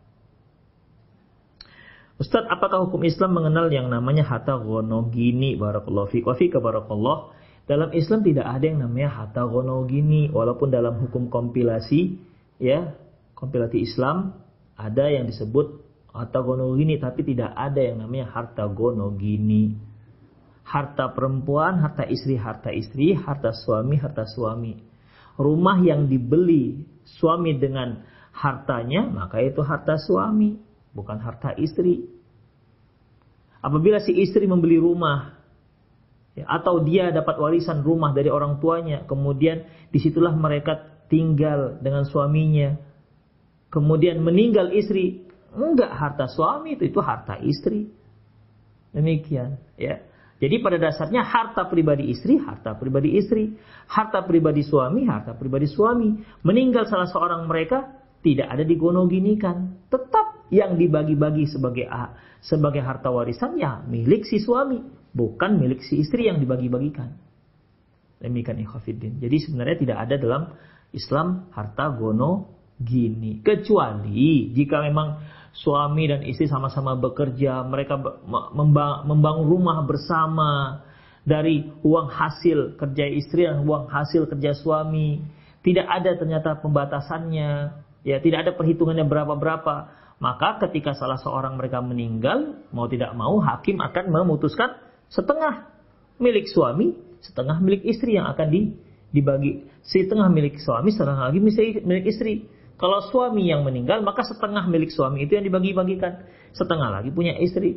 Ustaz, apakah hukum Islam mengenal yang namanya hatta gonogini? Barakallahu fiik wa fiika barakallah. Dalam Islam tidak ada yang namanya hatta gonogini, walaupun dalam hukum kompilasi, ya, kompilasi Islam ada yang disebut harta gonogini, tapi tidak ada yang namanya harta gonogini. Harta perempuan, harta istri, harta suami. Rumah yang dibeli suami dengan hartanya, maka itu harta suami, bukan harta istri. Apabila si istri membeli rumah, ya, atau dia dapat warisan rumah dari orang tuanya, kemudian disitulah mereka tinggal dengan suaminya, kemudian meninggal istri, enggak harta suami, itu harta istri. Demikian, ya. Jadi pada dasarnya harta pribadi istri, harta pribadi istri. Harta pribadi suami, harta pribadi suami. Meninggal salah seorang mereka, tidak ada digonoginikan. Tetap yang dibagi-bagi sebagai harta warisan, ya milik si suami. Bukan milik si istri yang dibagi-bagikan. Demikian ikhwafiddin. Jadi sebenarnya tidak ada dalam Islam harta gonogini. Kecuali jika memang suami dan istri sama-sama bekerja, mereka membangun rumah bersama dari uang hasil kerja istri dan uang hasil kerja suami. Tidak ada ternyata pembatasannya, ya, tidak ada perhitungannya berapa-berapa. Maka ketika salah seorang mereka meninggal, mau tidak mau hakim akan memutuskan setengah milik suami, setengah milik istri yang akan dibagi. Setengah milik suami, setengah lagi milik istri. Kalau suami yang meninggal, maka setengah milik suami itu yang dibagi-bagikan. Setengah lagi punya istri.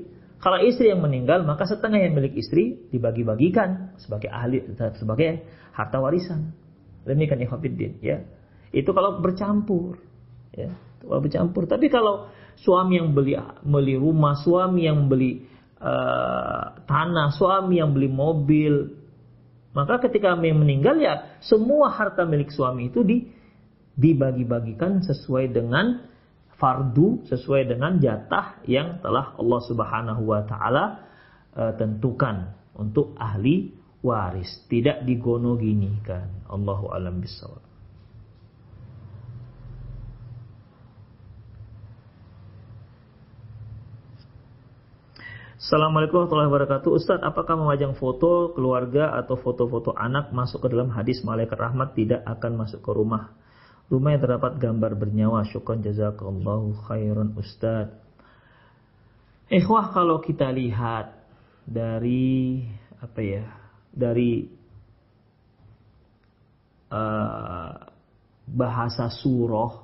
Kalau istri yang meninggal, maka setengah yang milik istri dibagi-bagikan sebagai ahli, sebagai harta warisan. Demikian ikhwatiddin, ya. Itu kalau bercampur, ya. Kalau bercampur. Tapi kalau suami yang beli rumah, suami yang beli tanah, suami yang beli mobil, maka ketika meninggal ya semua harta milik suami itu dibagi-bagikan sesuai dengan fardu, sesuai dengan jatah yang telah Allah Subhanahu wa taala tentukan untuk ahli waris, tidak digonoginikan. Allahu a'lam bishawab. Assalamualaikum warahmatullahi wabarakatuh. Ustaz, apakah memajang foto keluarga atau foto-foto anak masuk ke dalam hadis malaikat rahmat tidak akan masuk ke rumah yang terdapat gambar bernyawa? Syukran jazakallahu khairan Ustaz. Ikhwah, kalau kita lihat dari bahasa surah,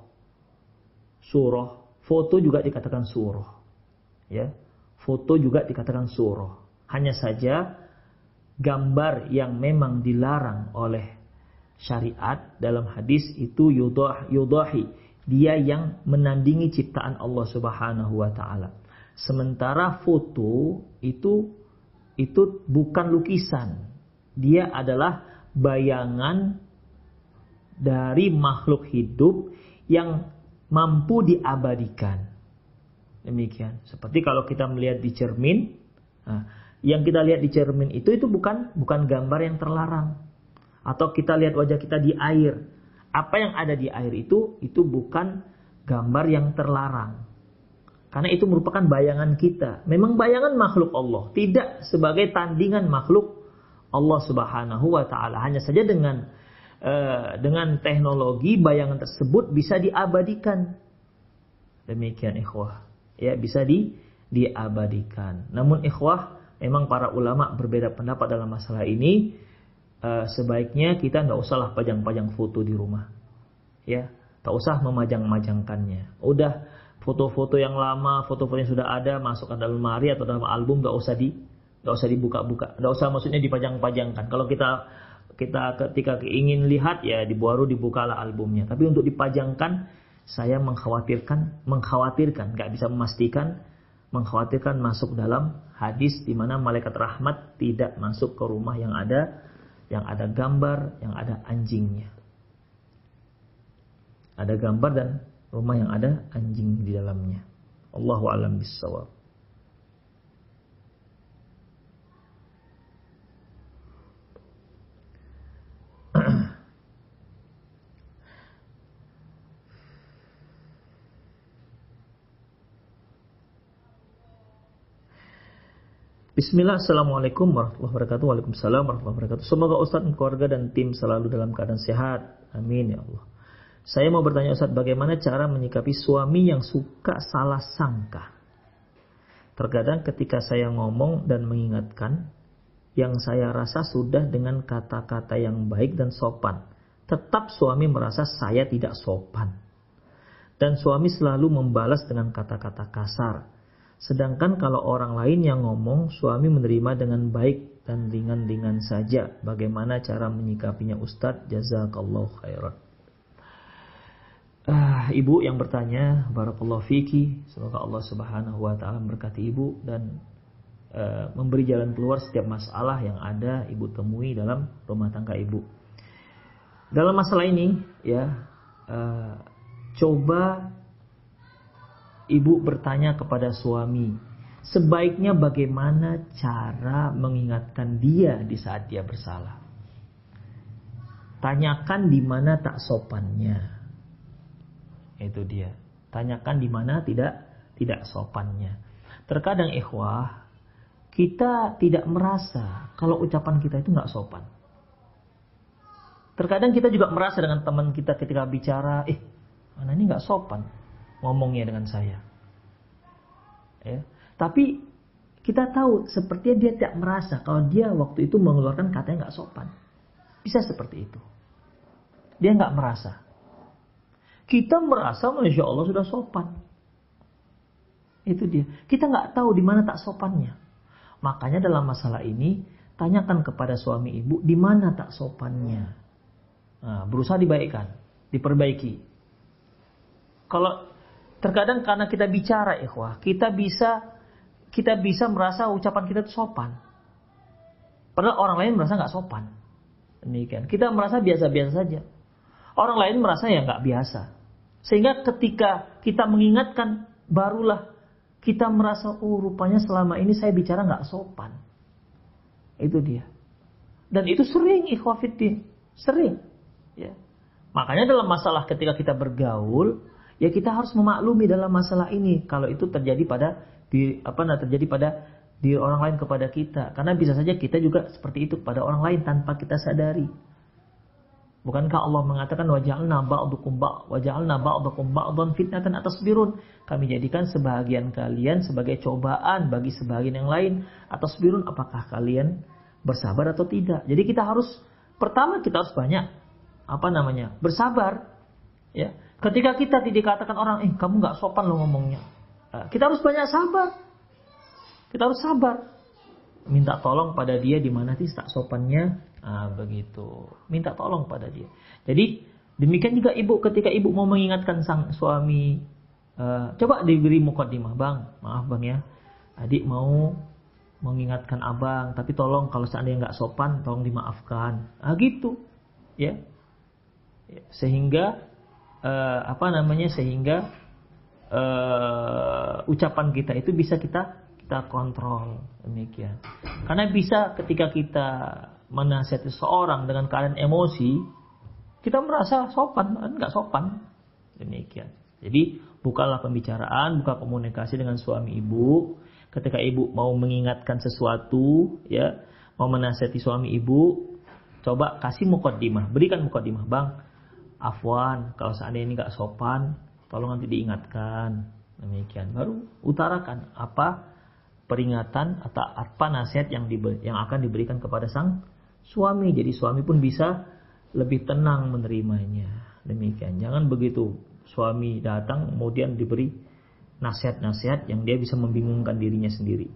foto juga dikatakan surah, ya. Foto juga dikatakan surah. Hanya saja gambar yang memang dilarang oleh syariat dalam hadis itu yudahi, dia yang menandingi ciptaan Allah Subhanahu wa taala. Sementara foto itu bukan lukisan. Dia adalah bayangan dari makhluk hidup yang mampu diabadikan. Demikian. Seperti kalau kita melihat di cermin, yang kita lihat di cermin itu bukan gambar yang terlarang. Atau kita lihat wajah kita di air. Apa yang ada di air itu bukan gambar yang terlarang. Karena itu merupakan bayangan kita. Memang bayangan makhluk Allah, tidak sebagai tandingan makhluk Allah Subhanahu wa taala. Hanya saja dengan teknologi bayangan tersebut bisa diabadikan. Demikian ikhwah. Ya, bisa diabadikan. Namun ikhwah, memang para ulama berbeda pendapat dalam masalah ini. Sebaiknya kita nggak usahlah pajang-pajang foto di rumah, ya, tak usah memajang-majangkannya. Udah foto-foto yang lama, foto-foto yang sudah ada masukkan dalam lemari atau dalam album, nggak usah dibuka-buka, nggak usah maksudnya dipajang-pajangkan. Kalau kita ketika ingin lihat ya baru dibukalah albumnya. Tapi untuk dipajangkan, saya mengkhawatirkan, nggak bisa memastikan, mengkhawatirkan masuk dalam hadis di mana malaikat rahmat tidak masuk ke rumah yang ada gambar, yang ada anjingnya. Ada gambar dan rumah yang ada anjing di dalamnya. Allahu a'lam bishawab. Bismillah, assalamualaikum warahmatullahi wabarakatuh. Waalaikumsalam warahmatullahi wabarakatuh. Semoga Ustaz, keluarga dan tim selalu dalam keadaan sehat. Amin ya Allah. Saya mau bertanya Ustaz, bagaimana cara menyikapi suami yang suka salah sangka? Terkadang ketika saya ngomong dan mengingatkan, yang saya rasa sudah dengan kata-kata yang baik dan sopan, tetap suami merasa saya tidak sopan. Dan suami selalu membalas dengan kata-kata kasar. Sedangkan kalau orang lain yang ngomong, suami menerima dengan baik dan ringan-ringan saja. Bagaimana cara menyikapinya Ustadz? Jazakallahu khairan. Ibu yang bertanya, barakallahu fiki. Semoga Allah Subhanahu wa taala memberkati ibu dan memberi jalan keluar setiap masalah yang ada ibu temui dalam rumah tangga ibu. Dalam masalah ini, ya, coba ibu bertanya kepada suami, sebaiknya bagaimana cara mengingatkan dia di saat dia bersalah. Tanyakan di mana tak sopannya. Itu dia. Tanyakan di mana tidak sopannya. Terkadang ikhwah, kita tidak merasa kalau ucapan kita itu nggak sopan. Terkadang kita juga merasa dengan teman kita ketika bicara, mana ini nggak sopan ngomongnya dengan saya. Ya. Tapi kita tahu sepertinya dia tidak merasa kalau dia waktu itu mengeluarkan kata yang nggak sopan. Bisa seperti itu. Dia nggak merasa. Kita merasa Masya Allah sudah sopan. Itu dia. Kita nggak tahu di mana tak sopannya. Makanya dalam masalah ini, tanyakan kepada suami ibu di mana tak sopannya. Nah, berusaha dibaikkan, diperbaiki. Kalau terkadang karena kita bicara, ikhwah, kita bisa merasa ucapan kita itu sopan. Padahal orang lain merasa nggak sopan. Demikian. Kita merasa biasa-biasa saja. Orang lain merasa ya nggak biasa. Sehingga ketika kita mengingatkan, barulah kita merasa, oh rupanya selama ini saya bicara nggak sopan. Itu dia. Dan itu sering, ikhwah fiddin. Sering. Ya. Makanya dalam masalah ketika kita bergaul, ya kita harus memaklumi dalam masalah ini. Kalau itu terjadi pada diri orang lain kepada kita. Karena bisa saja kita juga seperti itu kepada orang lain tanpa kita sadari. Bukankah Allah mengatakan waja'alna ba'dakum ba'dan fitnatan atasbirun. Kami jadikan sebahagian kalian sebagai cobaan bagi sebahagian yang lain. Atasbirun, apakah kalian bersabar atau tidak? Jadi kita harus banyak bersabar. Ya. Ketika kita dikatakan orang, kamu nggak sopan lo ngomongnya. Kita harus banyak sabar. Kita harus sabar. Minta tolong pada dia di mana sih tak sopannya. Begitu. Minta tolong pada dia. Jadi demikian juga ibu, ketika ibu mau mengingatkan sang suami, coba diberi muqaddimah, bang, maaf bang ya, adik mau mengingatkan abang, tapi tolong kalau seandainya nggak sopan, tolong dimaafkan. Gitu, ya. Sehingga ucapan kita itu bisa kita kontrol, demikian. Karena bisa ketika kita menasihati seorang dengan keadaan emosi, kita merasa sopan, nggak sopan, demikian. Jadi bukalah pembicaraan, buka komunikasi dengan suami ibu. Ketika ibu mau mengingatkan sesuatu, ya, mau menasihati suami ibu, coba kasih muqaddimah, berikan muqaddimah, bang, afwan, kalau seandainya ini nggak sopan, tolong nanti diingatkan, demikian. Baru utarakan apa peringatan atau apa nasihat yang akan diberikan kepada sang suami. Jadi suami pun bisa lebih tenang menerimanya. Demikian. Jangan begitu suami datang kemudian diberi nasihat-nasihat yang dia bisa membingungkan dirinya sendiri.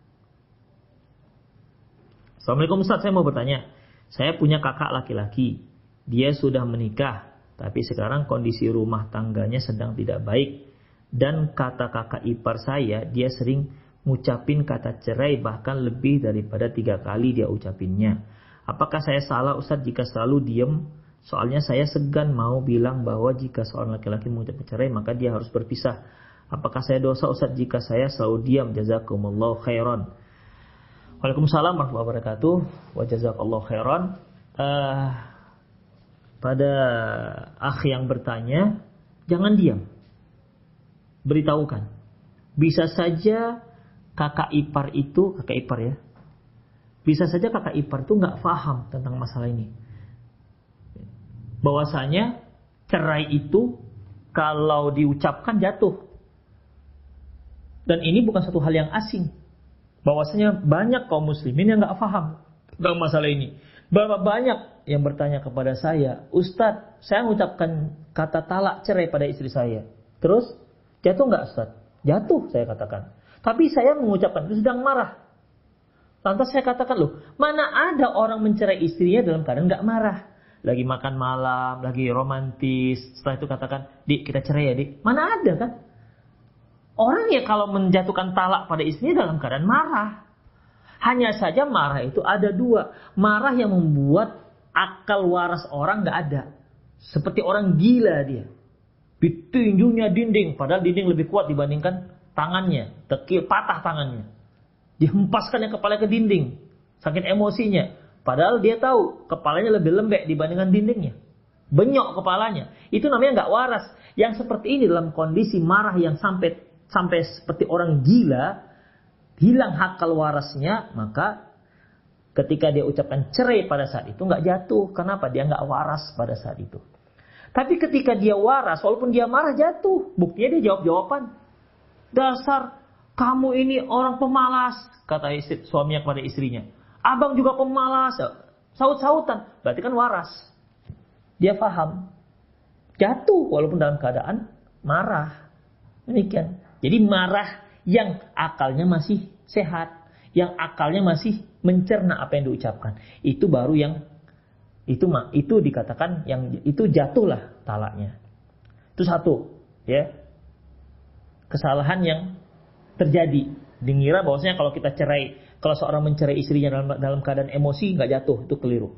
Assalamualaikum Ustaz, saya mau bertanya. Saya punya kakak laki-laki. Dia sudah menikah, tapi sekarang kondisi rumah tangganya sedang tidak baik. Dan kata kakak ipar saya, dia sering ngucapin kata cerai bahkan lebih daripada 3 kali dia ucapinnya. Apakah saya salah Ustaz jika selalu diem? Soalnya saya segan mau bilang bahwa jika seorang laki-laki mengucapkan cerai maka dia harus berpisah. Apakah saya dosa Ustaz jika saya selalu diam? Jazakumullahu khairan. Waalaikumsalam warahmatullahi wabarakatuh. Wa jazakallahu khairan. Pada akh yang bertanya, jangan diam. Beritahukan. Bisa saja kakak ipar ya. Bisa saja kakak ipar itu nggak paham tentang masalah ini. Bahwasanya cerai itu kalau diucapkan jatuh. Dan ini bukan satu hal yang asing. Bahwasanya banyak kaum muslimin yang nggak paham tentang masalah ini. Berapa banyak yang bertanya kepada saya, Ustadz, saya mengucapkan kata talak cerai pada istri saya. Terus jatuh nggak Ustadz? Jatuh, saya katakan. Tapi saya mengucapkan itu sedang marah. Lantas saya katakan, loh, mana ada orang mencerai istrinya dalam keadaan nggak marah? Lagi makan malam, lagi romantis. Setelah itu katakan, Dik, kita cerai ya, Dik. Mana ada kan? Orang ya kalau menjatuhkan talak pada istrinya dalam keadaan marah. Hanya saja marah itu ada 2. Marah yang membuat akal waras orang nggak ada. Seperti orang gila dia. Ditinjunya dinding, padahal dinding lebih kuat dibandingkan tangannya. Patah tangannya. Dihempaskannya kepala ke dinding. Saking emosinya. Padahal dia tahu kepalanya lebih lembek dibandingkan dindingnya. Benyok kepalanya. Itu namanya nggak waras. Yang seperti ini dalam kondisi marah yang sampai seperti orang gila, hilang akal warasnya, maka ketika dia ucapkan cerai pada saat itu nggak jatuh. Kenapa? Dia nggak waras pada saat itu. Tapi ketika dia waras, walaupun dia marah jatuh. Buktinya dia jawab-jawaban. Dasar kamu ini orang pemalas, kata suaminya kepada istrinya. Abang juga pemalas, saut-sautan. Berarti kan waras. Dia paham. Jatuh walaupun dalam keadaan marah. Demikian. Jadi marah yang akalnya masih sehat, yang akalnya masih mencerna apa yang diucapkan. Itu baru yang itu dikatakan yang itu jatuhlah talaknya. Itu satu, ya. Kesalahan yang terjadi. Dengira bahwasanya kalau kita cerai, kalau seorang mencerai istrinya dalam keadaan emosi nggak jatuh, itu keliru.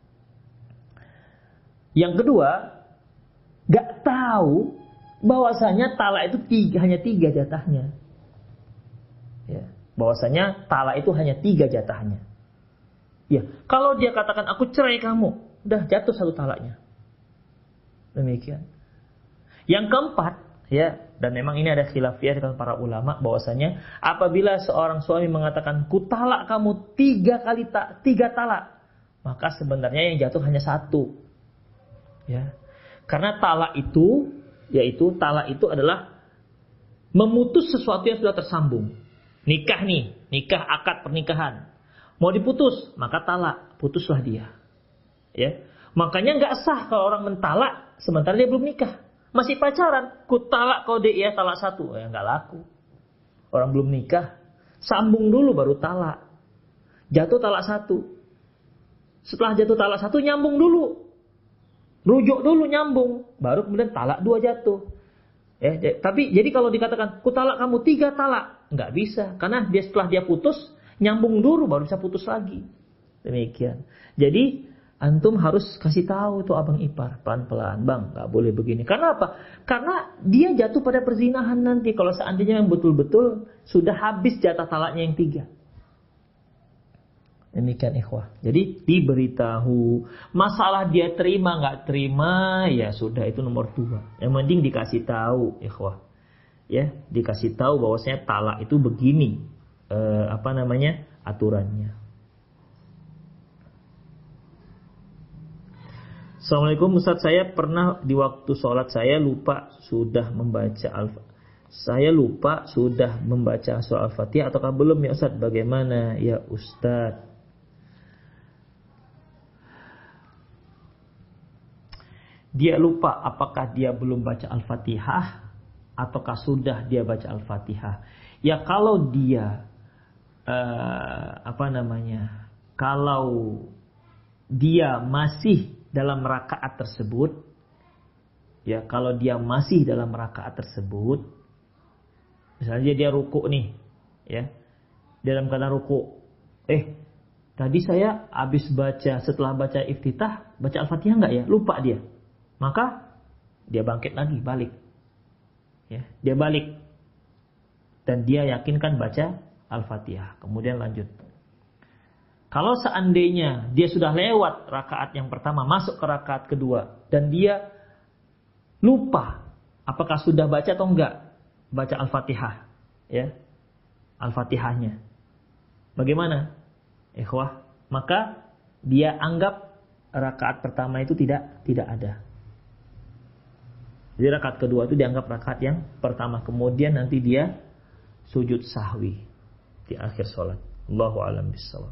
Yang kedua, nggak tahu bahwasanya talak itu hanya 3 jatahnya. Ya, bahwasanya talak itu hanya 3 jatahnya. Ya, kalau dia katakan aku cerai kamu, udah jatuh 1 talaknya. Demikian. Yang keempat, ya, dan memang ini ada khilafiyah dengan para ulama bahwasanya apabila seorang suami mengatakan ku talak kamu 3 talak, maka sebenarnya yang jatuh hanya 1. Ya. Karena talak itu adalah memutus sesuatu yang sudah tersambung. Nikah nih, nikah akad pernikahan. Mau diputus, maka talak, putuslah dia. Ya. Makanya nggak sah kalau orang mentalak sementara dia belum nikah. Masih pacaran, ku talak kau dia talak 1. Ya nggak laku. Orang belum nikah, sambung dulu baru talak. Jatuh talak 1. Setelah jatuh talak 1 nyambung dulu. Rujuk dulu nyambung, baru kemudian talak 2 jatuh. Ya, tapi jadi kalau dikatakan ku talak kamu 3 talak, nggak bisa. Karena setelah dia putus, nyambung dulu baru bisa putus lagi. Demikian. Jadi antum harus kasih tahu itu abang ipar pelan-pelan, bang, nggak boleh begini. Karena apa? Karena dia jatuh pada perzinahan nanti. Kalau seandainya yang betul-betul sudah habis jatah talaknya yang 3. Demikian ikhwah. Jadi diberitahu. Masalah dia terima nggak terima, ya sudah itu nomor 2. Yang penting dikasih tahu ikhwah. Ya, dikasih tahu bahwasanya talak itu begini. Aturannya. Assalamualaikum Ustaz, saya pernah di waktu sholat saya lupa sudah membaca surah Al-Fatihah ataukah belum ya Ustaz? Bagaimana ya Ustaz? Dia lupa apakah dia belum baca Al-Fatihah ataukah sudah dia baca Al-Fatihah. Ya kalau dia kalau dia masih dalam rakaat tersebut, ya kalau dia masih dalam rakaat tersebut, misalnya dia ruku nih, ya dalam keadaan ruku, tadi saya habis setelah baca iftitah, baca Al-Fatihah nggak ya? Lupa dia, maka dia bangkit lagi, balik, ya dia balik dan dia yakinkan baca Al-Fatihah, kemudian lanjut. Kalau seandainya dia sudah lewat rakaat yang pertama, masuk ke rakaat kedua, dan dia lupa apakah sudah baca atau enggak baca Al-Fatihah, ya Al-Fatihahnya, bagaimana? Ikhwah, maka dia anggap rakaat pertama itu tidak ada. Jadi rakaat kedua itu dianggap rakaat yang pertama, kemudian nanti dia sujud sahwi di akhir sholat. Allahu a'lam bishawab.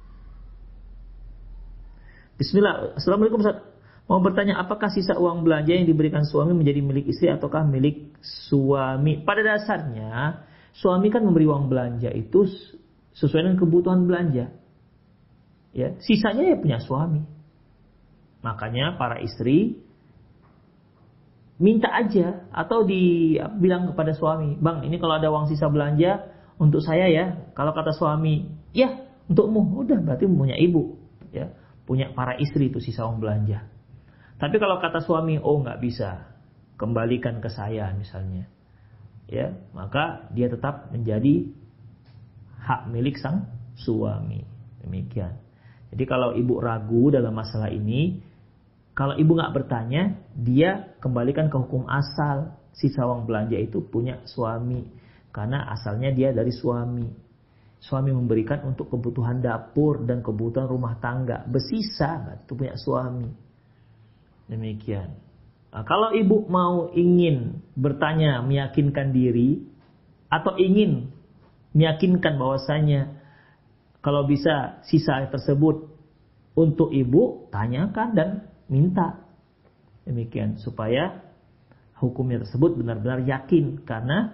Bismillah. Assalamualaikum Ustaz. Mau bertanya, apakah sisa uang belanja yang diberikan suami menjadi milik istri ataukah milik suami? Pada dasarnya suami kan memberi uang belanja itu sesuai dengan kebutuhan belanja. Ya, sisanya ya punya suami. Makanya para istri minta aja atau bilang kepada suami, "Bang, ini kalau ada uang sisa belanja untuk saya ya." Kalau kata suami, "Ya, untukmu." Udah berarti punya ibu, ya. Punya para istri itu sisa uang belanja. Tapi kalau kata suami, "Oh, nggak bisa. Kembalikan ke saya," misalnya. Ya, maka dia tetap menjadi hak milik sang suami. Demikian. Jadi kalau ibu ragu dalam masalah ini, kalau ibu nggak bertanya, dia kembalikan ke hukum asal. Sisa uang belanja itu punya suami. Karena asalnya dia dari suami. Suami memberikan untuk kebutuhan dapur dan kebutuhan rumah tangga. Bersisa, itu punya suami. Demikian. Nah, kalau ibu ingin bertanya, meyakinkan diri, atau ingin meyakinkan bahwasanya kalau bisa sisa tersebut untuk ibu, tanyakan dan minta. Demikian, supaya hukumnya tersebut benar-benar yakin. Karena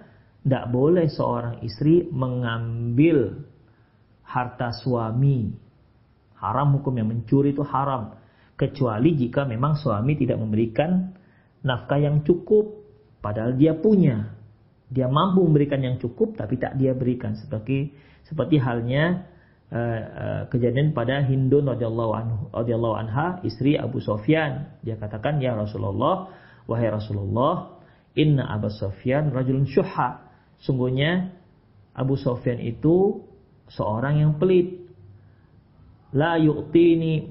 Tidak boleh seorang istri mengambil harta suami. Haram hukumnya, mencuri itu haram. Kecuali jika memang suami tidak memberikan nafkah yang cukup. Padahal dia punya. Dia mampu memberikan yang cukup tapi tak dia berikan. Seperti halnya kejadian pada Hindun radhiyallahu anha, istri Abu Sufyan. Dia katakan, ya Rasulullah, wahai Rasulullah, inna Abu Sufyan rajulun syuhha. Sungguhnya Abu Sufyan itu seorang yang pelit. La yu'ti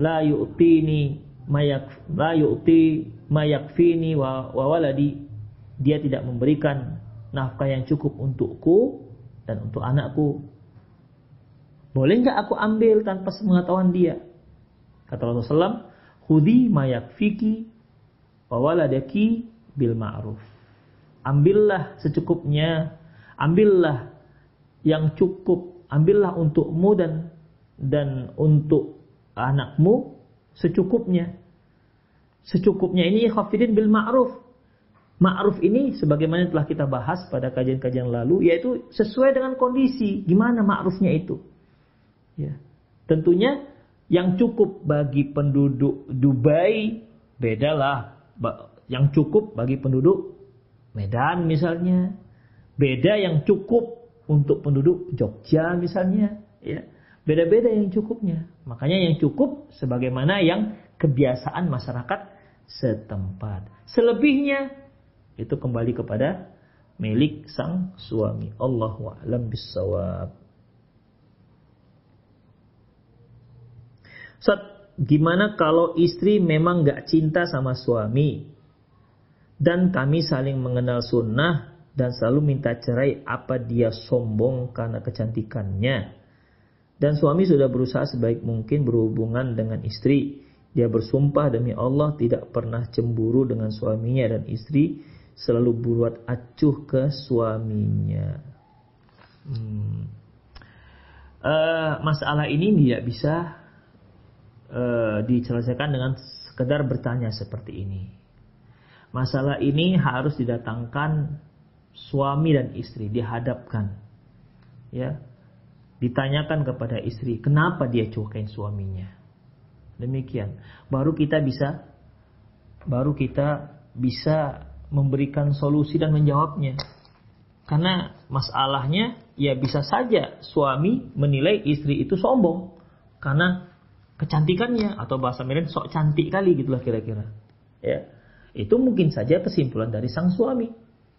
ma yakfini wa waladi. Dia tidak memberikan nafkah yang cukup untukku dan untuk anakku. Boleh enggak aku ambil tanpa sepengetahuan dia? Kata Rasulullah SAW, khudhi ma yakfiki wa waladaki bil ma'ruf. Ambillah secukupnya, ambillah yang cukup, ambillah untukmu dan untuk anakmu secukupnya. Secukupnya ini khafidin bil ma'ruf. Ma'ruf ini sebagaimana telah kita bahas pada kajian-kajian lalu, yaitu sesuai dengan kondisi. Gimana ma'rufnya itu? Ya. Tentunya yang cukup bagi penduduk Dubai bedalah yang cukup bagi penduduk Medan misalnya. Beda yang cukup untuk penduduk Jogja misalnya. Ya. Beda-beda yang cukupnya. Makanya yang cukup sebagaimana yang kebiasaan masyarakat setempat. Selebihnya itu kembali kepada milik sang suami. Allahu a'lam bissawab. Ustaz, gimana kalau istri memang gak cinta sama suami dan kami saling mengenal sunnah dan selalu minta cerai, apa dia sombong karena kecantikannya? Dan suami sudah berusaha sebaik mungkin berhubungan dengan istri. Dia bersumpah demi Allah tidak pernah cemburu dengan suaminya dan istri selalu berbuat acuh ke suaminya. Masalah ini tidak bisa diselesaikan dengan sekedar bertanya seperti ini. Masalah ini harus didatangkan suami dan istri, dihadapkan, ya, ditanyakan kepada istri kenapa dia cuekin suaminya. Demikian, baru kita bisa memberikan solusi dan menjawabnya. Karena masalahnya ya bisa saja suami menilai istri itu sombong karena kecantikannya, atau bahasa Medan sok cantik kali gitulah kira-kira. Ya. Itu mungkin saja kesimpulan dari sang suami.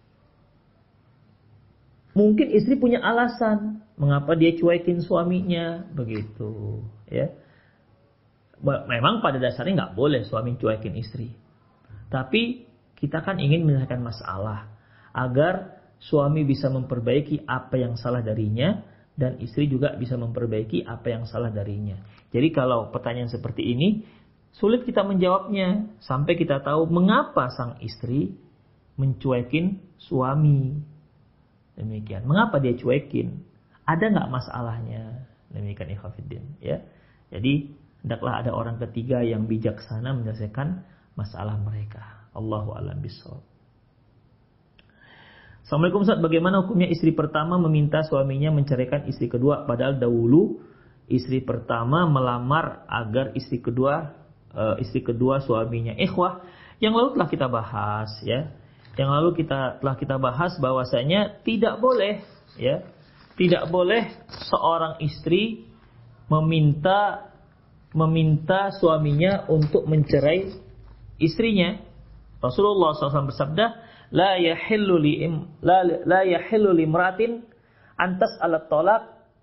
Mungkin istri punya alasan mengapa dia cuekin suaminya begitu, ya. Memang pada dasarnya nggak boleh suami cuekin istri. Tapi kita kan ingin menyelesaikan masalah agar suami bisa memperbaiki apa yang salah darinya dan istri juga bisa memperbaiki apa yang salah darinya. Jadi kalau pertanyaan seperti ini sulit kita menjawabnya sampai kita tahu mengapa sang istri mencuekin suami. Demikian. Mengapa dia cuekin? Ada nggak masalahnya? Demikian ikhwatiddin, ya. Jadi hendaklah ada orang ketiga yang bijaksana menyelesaikan masalah mereka. Allahu a'lam bishawab. Assalamualaikum Ustaz, bagaimana hukumnya istri pertama meminta suaminya menceraikan istri kedua padahal dahulu istri pertama melamar agar istri kedua suaminya. Ikhwah, yang lalu telah kita bahas, ya. Yang lalu telah kita bahas bahwasanya tidak boleh, ya. Tidak boleh seorang istri meminta suaminya untuk mencerai istrinya. Rasulullah SAW bersabda, la yahillu li imratin antas ala talaq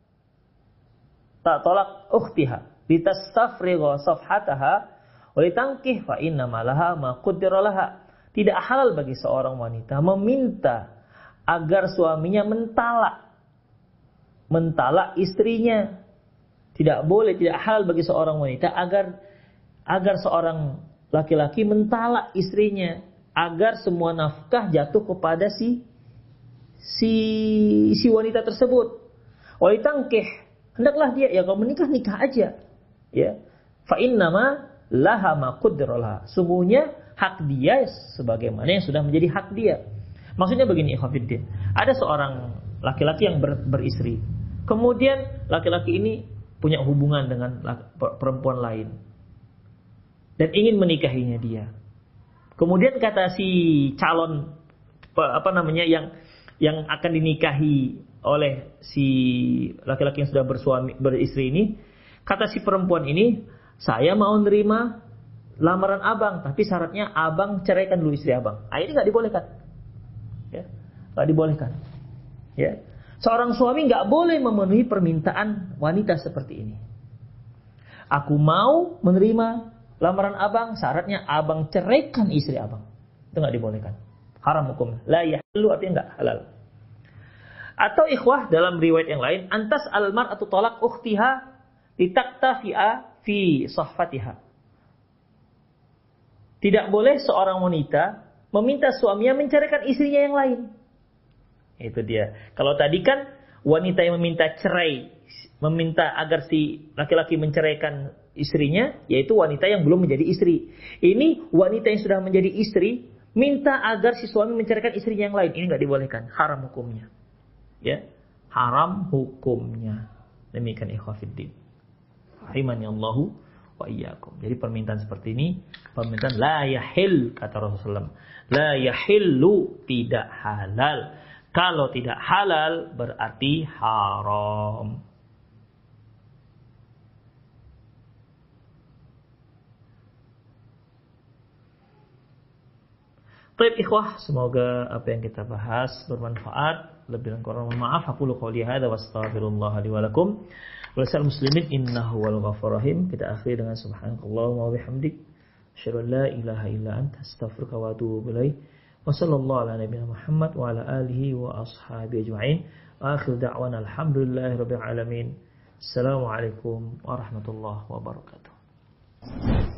ukhtiha litastafrigha safhataha wa litankih fa inna malaha ma qaddara laha. Tidak halal bagi seorang wanita meminta agar suaminya mentalak istrinya. Tidak boleh, tidak halal bagi seorang wanita agar seorang laki-laki mentalak istrinya, agar semua nafkah jatuh kepada si wanita tersebut. Walitangkih, hendaklah dia, ya kalau menikah nikah aja, ya. Fa innama laha ma qaddara laha. Sungguhnya hak dia sebagaimana yang sudah menjadi hak dia. Maksudnya begini, ikhwatiddin. Ada seorang laki-laki yang beristri. Kemudian laki-laki ini punya hubungan dengan perempuan lain. Dan ingin menikahinya dia. Kemudian kata si calon yang akan dinikahi oleh si laki-laki yang sudah beristri ini, kata si perempuan ini, saya mau nerima lamaran abang, tapi syaratnya abang ceraikan dulu istri abang. Ini nggak dibolehkan, ya, nggak dibolehkan. Ya, seorang suami nggak boleh memenuhi permintaan wanita seperti ini. Aku mau menerima lamaran abang, syaratnya abang ceraikan istri abang. Itu nggak dibolehkan. Haram hukum. La yahillu artinya nggak halal. Atau ikhwah dalam riwayat yang lain, antas almar atau tolak ukhtiha litaktafi'a fi sahfatiha. Tidak boleh seorang wanita meminta suaminya menceraikan istrinya yang lain. Itu dia. Kalau tadi kan wanita yang meminta cerai, meminta agar si laki-laki menceraikan istrinya, yaitu wanita yang belum menjadi istri. Ini wanita yang sudah menjadi istri, minta agar si suami menceraikan istrinya yang lain. Ini nggak dibolehkan, haram hukumnya. Ya, haram hukumnya. Demikian ikhwatiddin. Rahimani Allahu wa iyyakum. Jadi permintaan seperti ini, permintaan la yahil, kata Rasulullah. La yahillu, tidak halal. Kalau tidak halal berarti haram. Baik ikhwah, semoga apa yang kita bahas bermanfaat. Lebih kurang mohon maaf. Aqulu qouli hadza wa astaghfirullah li wa lakum. Wa lisal muslimin innahu wal ghafurur rahim. Kita akhiri dengan subhanakallahumma wa bihamdik, asyhadu an la ilaha illa anta, astaghfiruka wa atubu ilaik. Wa sallallahu ala nabiyyina Muhammad wa ala alihi wa ashabihi ajma'in. Akhir da'wana alhamdulillahirabbil alamin. Assalamualaikum warahmatullahi wabarakatuh.